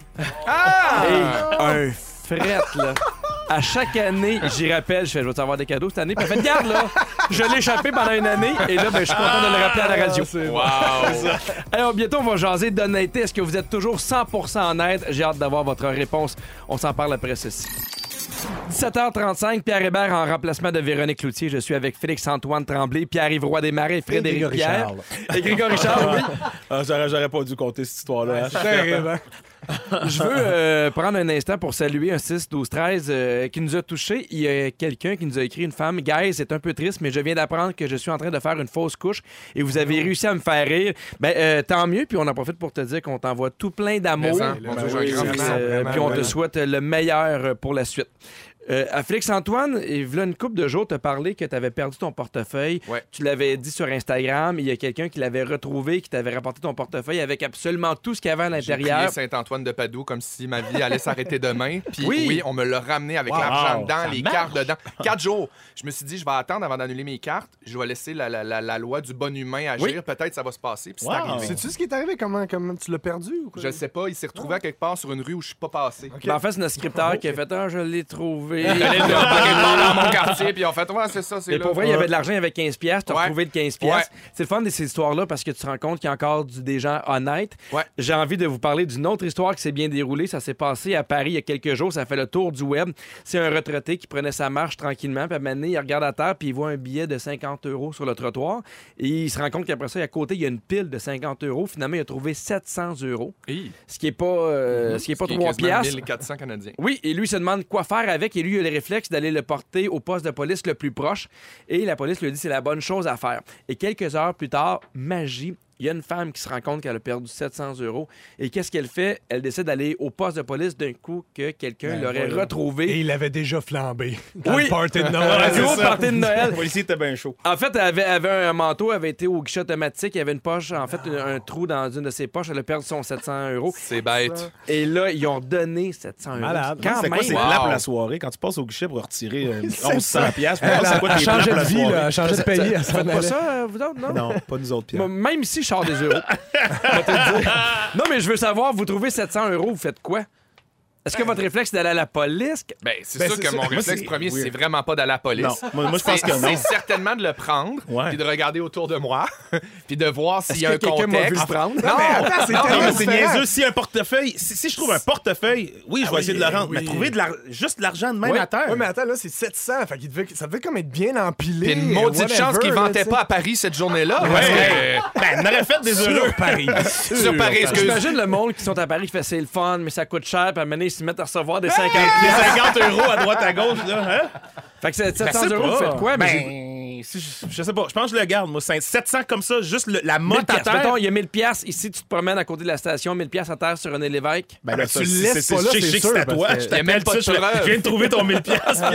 Ah! Et un fret, là. À chaque année, j'y rappelle, je fais, je vais t'avoir des cadeaux cette année. Puis elle fait, regarde, là, je l'ai échappé pendant une année. Et là, ben, je suis content de le rappeler à la radio. Wow! Alors, bientôt, on va jaser d'honnêteté. Est-ce que vous êtes toujours cent pour cent honnête? J'ai hâte d'avoir votre réponse. On s'en parle après ceci. dix-sept heures trente-cinq, Pierre Hébert en remplacement de Véronique Cloutier. Je suis avec Félix-Antoine Tremblay, Pierre-Yves Roy Desmarais, Frédéric Grégory Pierre. Charles. Et Grégory Charles, oui. Ah, j'aurais, j'aurais pas dû compter cette histoire-là. hein. Terrible, hein? Je veux euh, prendre un instant pour saluer un six douze treize euh, qui nous a touchés. Il y a quelqu'un qui nous a écrit, une femme. Guys, c'est un peu triste, mais je viens d'apprendre que je suis en train de faire une fausse couche et vous avez réussi à me faire rire. Ben, euh, tant mieux, puis on en profite pour te dire qu'on t'envoie tout plein d'amour. Mais ça, mon Dieu, j'ai un grand Puis, merci. euh, puis on te vraiment. souhaite le meilleur pour la suite. Euh, à Félix-Antoine, il y a une couple de jours, te parlé que tu avais perdu ton portefeuille. Ouais. Tu l'avais dit sur Instagram. Il y a quelqu'un qui l'avait retrouvé, qui t'avait rapporté ton portefeuille avec absolument tout ce qu'il y avait à J'ai l'intérieur. prié Saint-Antoine de Padoue comme si ma vie allait s'arrêter demain. Puis Oui. oui. on me l'a ramené avec Wow. l'argent dedans, Ça les marche. cartes dedans. Quatre jours. Je me suis dit, je vais attendre avant d'annuler mes cartes. Je vais laisser la, la, la, la loi du bon humain agir. Oui. Peut-être ça va se passer. Puis Wow. c'est arrivé. Sais-tu ce qui est arrivé? Comment, comment tu l'as perdu ou quoi? Je sais pas, il s'est retrouvé à quelque part sur une rue où je suis pas passé. Ok. Ben, en fait, c'est notre scripteur qui a fait « Ah, je l'ai trouvé. » Dans mon quartier, puis en fait, ouais, c'est ça, c'est Et là. pour vrai, il y avait de l'argent avec quinze piastres. Tu as Ouais. retrouvé de quinze piastres. Ouais. C'est le fun de ces histoires-là parce que tu te rends compte qu'il y a encore du- des gens honnêtes. Ouais. J'ai envie de vous parler d'une autre histoire qui s'est bien déroulée. Ça s'est passé à Paris il y a quelques jours. Ça fait le tour du web. C'est un retraité qui prenait sa marche tranquillement. Puis à un moment donné, il regarde à terre puis il voit un billet de cinquante euros sur le trottoir. Et il se rend compte qu'après ça, à côté, il y a une pile de cinquante euros. Finalement, il a trouvé sept cents euros. Hi. Ce qui n'est pas, euh, ce qui est pas Ce qui est trois quasiment piastres. mille quatre cents canadiens. Oui, et lui il se demande quoi faire avec, et lui il a le réflexe d'aller le porter au poste de police le plus proche, et la police lui dit c'est la bonne chose à faire. Et quelques heures plus tard, magie, il y a une femme qui se rend compte qu'elle a perdu sept cents euros, et qu'est-ce qu'elle fait? Elle décide d'aller au poste de police d'un coup que quelqu'un Ben, l'aurait voilà. retrouvé. Et il avait déjà flambé dans Oui. le party de Un Noël. gros ça. party de Noël. Le policier était bien chaud. En fait, elle avait, avait un manteau, elle avait été au guichet automatique, il y avait une poche, en fait, un, un trou dans une de ses poches, elle a perdu son sept cents euros. C'est bête. Et là, ils ont donné sept cents euros. Malade. Quand C'est quoi, même. c'est Wow. plat pour la soirée? Quand tu passes au guichet pour retirer euh, c'est onze cents piastres, Elle c'est quoi a tes changé plans de pour vie, la là, soirée? elle a changé de pays. Elle s'en Faites pas allait. ça, euh, vous autres, non? Non, pas nous autres, Pierre. Moi, même ici, je sors des euros. Je vais te le dire. Non, mais je veux savoir, vous trouvez sept cents euros, vous faites quoi? Est-ce que votre réflexe c'est d'aller à la police? Ben, c'est Ben, sûr c'est que ça. mon Moi, réflexe c'est premier, weird. c'est vraiment pas d'aller à la police. Non, moi, moi, je pense C'est- que non. C'est certainement de le prendre, Ouais. puis de regarder autour de moi, puis de voir s'il y a Est-ce un que quelqu'un m'a vu contexte. le prendre? Non, mais attends, c'est Non, tellement mais c'est différent. niaiseux. Si un portefeuille, si, si je trouve un portefeuille, oui, je vais oui, essayer de le rendre. oui. Mais trouver de l'ar- juste de l'argent de même Oui. à terre. Oui, mais attends, là, c'est sept cents. Fait qu'il devait, ça devait comme être bien empilé. Puis une maudite whatever, chance qu'il là, ventait tu sais. pas à Paris cette journée-là. Ouais. parce que- Ben, on aurait fait des heureux. Sur Paris. Sur Paris, excuse. J'imagine le monde qui sont à Paris qui fait c'est le fun, mais ça coûte cher, puis à un moment donné, ils se mettent à recevoir des cinquante Les piastres. cinquante euros à droite à gauche, là, hein? Fait que c'est Ben, sept cents c'est euros, vous pas. faites quoi? Mais j'ai- Ben, si je, je sais pas. Je pense que je le garde, moi. C'est sept cents comme ça, juste le- la mille motte à piastres. terre. Mettons, il y a mille piastres. Ici, tu te promènes à côté de la station, mille piastres à terre sur René Lévesque. Ben, mais là, tu ça, le c'est- laisses c'est- pas là, je sais- c'est je sais que sûr, c'est à parce toi. que- Je Il y a même t'appelle pas de ça, je- preuve. je viens de trouver ton mille piastres.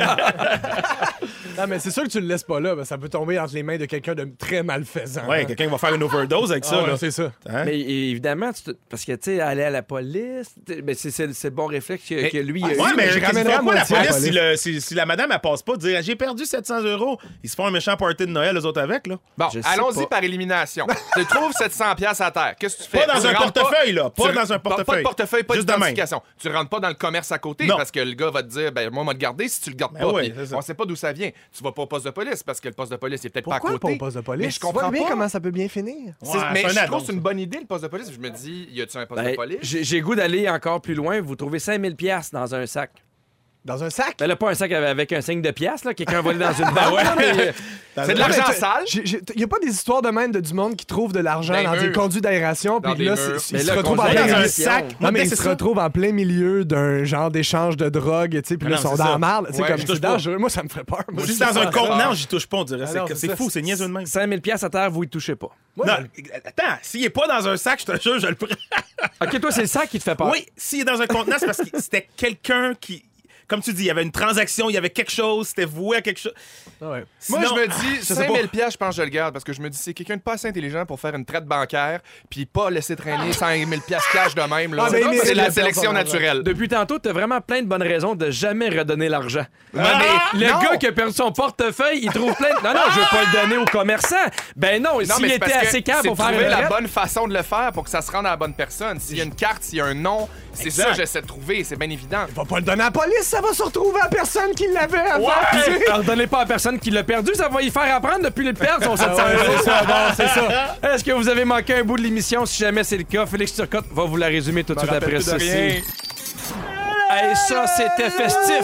Non, mais c'est sûr que tu le laisses pas là. parce que Ça peut tomber entre les mains de quelqu'un de très malfaisant. Ouais, hein. quelqu'un va faire une overdose avec Ah ça, ouais, là. c'est ça. Hein? Mais évidemment, tu te- parce que, tu sais, aller à la police, t'sais, ben, c'est c'est- c'est le bon réflexe que, Mais- que lui. Ah, il a Ouais, eu. mais je je ramènerais à ramènerais pas la moitié à la police si, police. le- si- si la madame, elle passe pas, dire j'ai perdu sept cents euros. Ils se font un méchant party de Noël, les autres avec, là. Bon, Je sais allons-y pas. par élimination. Tu trouves sept cents piastres à terre. Qu'est-ce que tu fais? Pas dans Tu un rentres portefeuille, là. Pas tu- dans un Pas, pas portefeuille. de portefeuille, pas Juste de même. d'identification. Tu rentres pas dans le commerce à côté Non. parce que le gars va te dire, ben moi, on va te garder si tu le gardes Ben pas. ouais, Puis c'est ça. on sait pas d'où ça vient. Tu vas pas au poste de police parce que le poste de police est peut-être pas à Pourquoi côté. pas au poste de police? Mais je Tu vois comprends bien pas. comment ça peut bien finir. C'est- Ouais, mais c'est un je addon, trouve que c'est ça. une bonne idée, le poste de police. Je me dis, y a-tu un poste Ben, de police? j'ai j'ai goût d'aller encore plus loin. Vous trouvez cinq mille piastres dans un sac. Dans un sac? Ben là, pas un sac avec- avec un signe de piastres, là. Quelqu'un a volé dans une banque. là, mais- C'est de Non, l'argent mais t'as- sale. j'ai- j'ai- Y a pas des histoires de même de du monde qui trouve de l'argent Des dans des murs. conduits d'aération, Dans puis des là, murs. c'est- Mais ils là, se retrouvent en conduit plein dans un d'aération. milieu. sac. Non, Moi, mais dès ils que se c'est ça. retrouvent en plein milieu d'un genre d'échange de drogue, tu sais, puis Ah là, non, ils sont c'est dans ça. la marde. Tu sais, Ouais, comme je c'est touche pas. dangereux. Moi, ça me ferait peur. Moi, Si je c'est dans sais un pas. contenant, j'y touche pas, on dirait. Ah C'est non, que- c'est C'est ça. fou, c'est niaiseux de même. cinq mille piastres à terre, vous y touchez pas. Moi, Non, dans- attends, s'il est pas dans un sac, je te jure, je le prends. OK, toi, c'est le sac qui te fait peur. Oui, s'il est dans un contenant, c'est parce que c'était quelqu'un qui. Comme tu dis, il y avait une transaction, il y avait quelque chose, c'était voué à quelque chose. Ah ouais. Moi, Sinon- je me dis, je sais cinq pas. mille piastres, je pense que je le garde parce que je me dis, c'est quelqu'un de pas assez intelligent pour faire une traite bancaire puis pas laisser traîner cinq mille piastres cash de même. là. Ah, mais il c'est mérite la le sélection personnage. naturelle. Depuis tantôt, t'as vraiment plein de bonnes raisons de jamais redonner l'argent. Ah, le non! gars qui a perdu son portefeuille, il trouve plein de... Non, non, je veux pas le donner aux commerçants. Ben non, Non, s'il mais c'est était parce que assez calme c'est pour faire trouver une la lettre, bonne façon de le faire pour que ça se rende à la bonne personne. S'il y a une carte, s'il y a un nom, c'est Exact. ça que j'essaie de trouver, c'est bien évident. Va pas le donner à la police, ça va se retrouver à la personne qui l'avait avant. tu sais. alors donnez pas à personne qui l'a perdu, ça va y faire apprendre depuis le perdre son sept cents Ah ouais, euros. c'est ça, bon, c'est ça. Est-ce que vous avez manqué un bout de l'émission? Si jamais c'est le cas, Félix Turcotte va vous la résumer tout de suite après rappelle plus de ceci. rien. Hey, ça, c'était festif.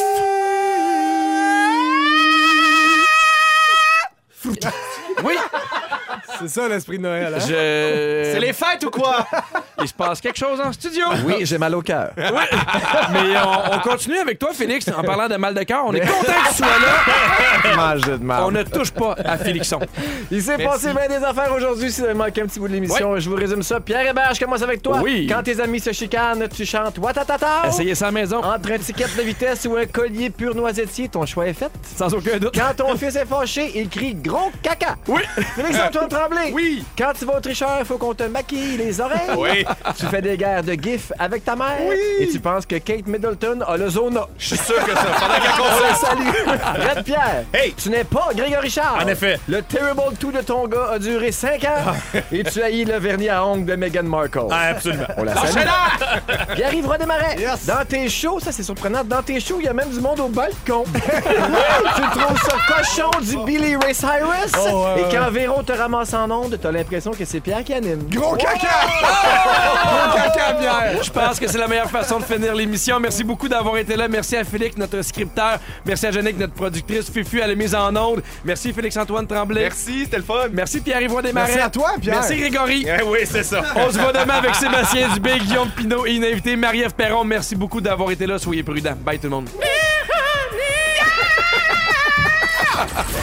Oui, C'est ça l'esprit de Noël. Hein? je... C'est les fêtes ou quoi? il se passe quelque chose en studio. Oui, j'ai mal au cœur. Oui. Mais on, on continue avec toi, Félix, en parlant de mal de cœur. On est content que tu sois là. Manger de mal. On ne touche pas à Félixon. Il s'est passé bien des affaires aujourd'hui. Si vous avez manqué un petit bout de l'émission, Ouais. je vous résume ça. Pierre Hébert, je commence avec toi. Oui. Quand tes amis se chicanent, tu chantes Watatata. Essayez ça à la maison, Entre un ticket de vitesse ou un collier pur noisettier, ton choix est fait. sans aucun doute. Quand ton fils est fâché, il crie gros caca. Oui. Félix-Antoine Tremblay. Oui. Quand tu vas au tricheur, il faut qu'on te maquille les oreilles. Oui. Tu fais des guerres de gifs avec ta mère. Oui. Et tu penses que Kate Middleton a le zona. Je suis sûr que ça. Pendant qu'elle On salue. Red Pierre. Hey. Tu n'es pas Grégory Charles. En effet. Le Terrible two de ton gars a duré cinq ans. Et tu haïs le vernis à ongles de Meghan Markle. Ah, absolument. On la salue. Pierre-Yves Rodemarais. Dans tes shows, ça c'est surprenant, dans tes shows, il y a même du monde au balcon. Tu trouves ça cochon du Billy Ray Cyrus. Oh, ouais, et ouais. quand Véro te ramasse en onde, t'as l'impression que c'est Pierre qui anime. Gros caca! Gros caca, Pierre! Je pense que c'est la meilleure façon de finir l'émission. Merci beaucoup d'avoir été là. Merci à Félix, notre scripteur. Merci à Jannick, notre productrice. Fufu à la mise en onde. Merci Félix-Antoine Tremblay. Merci, c'était le fun. Merci Pierre-Yves Desmarais. Merci à toi, Pierre. Merci Grégory. Eh oui, c'est ça. On se voit demain avec Sébastien Dubé, Guillaume Pinot et une invitée, Marie-Ève Perron. Merci beaucoup d'avoir été là. Soyez prudents. Bye tout le monde.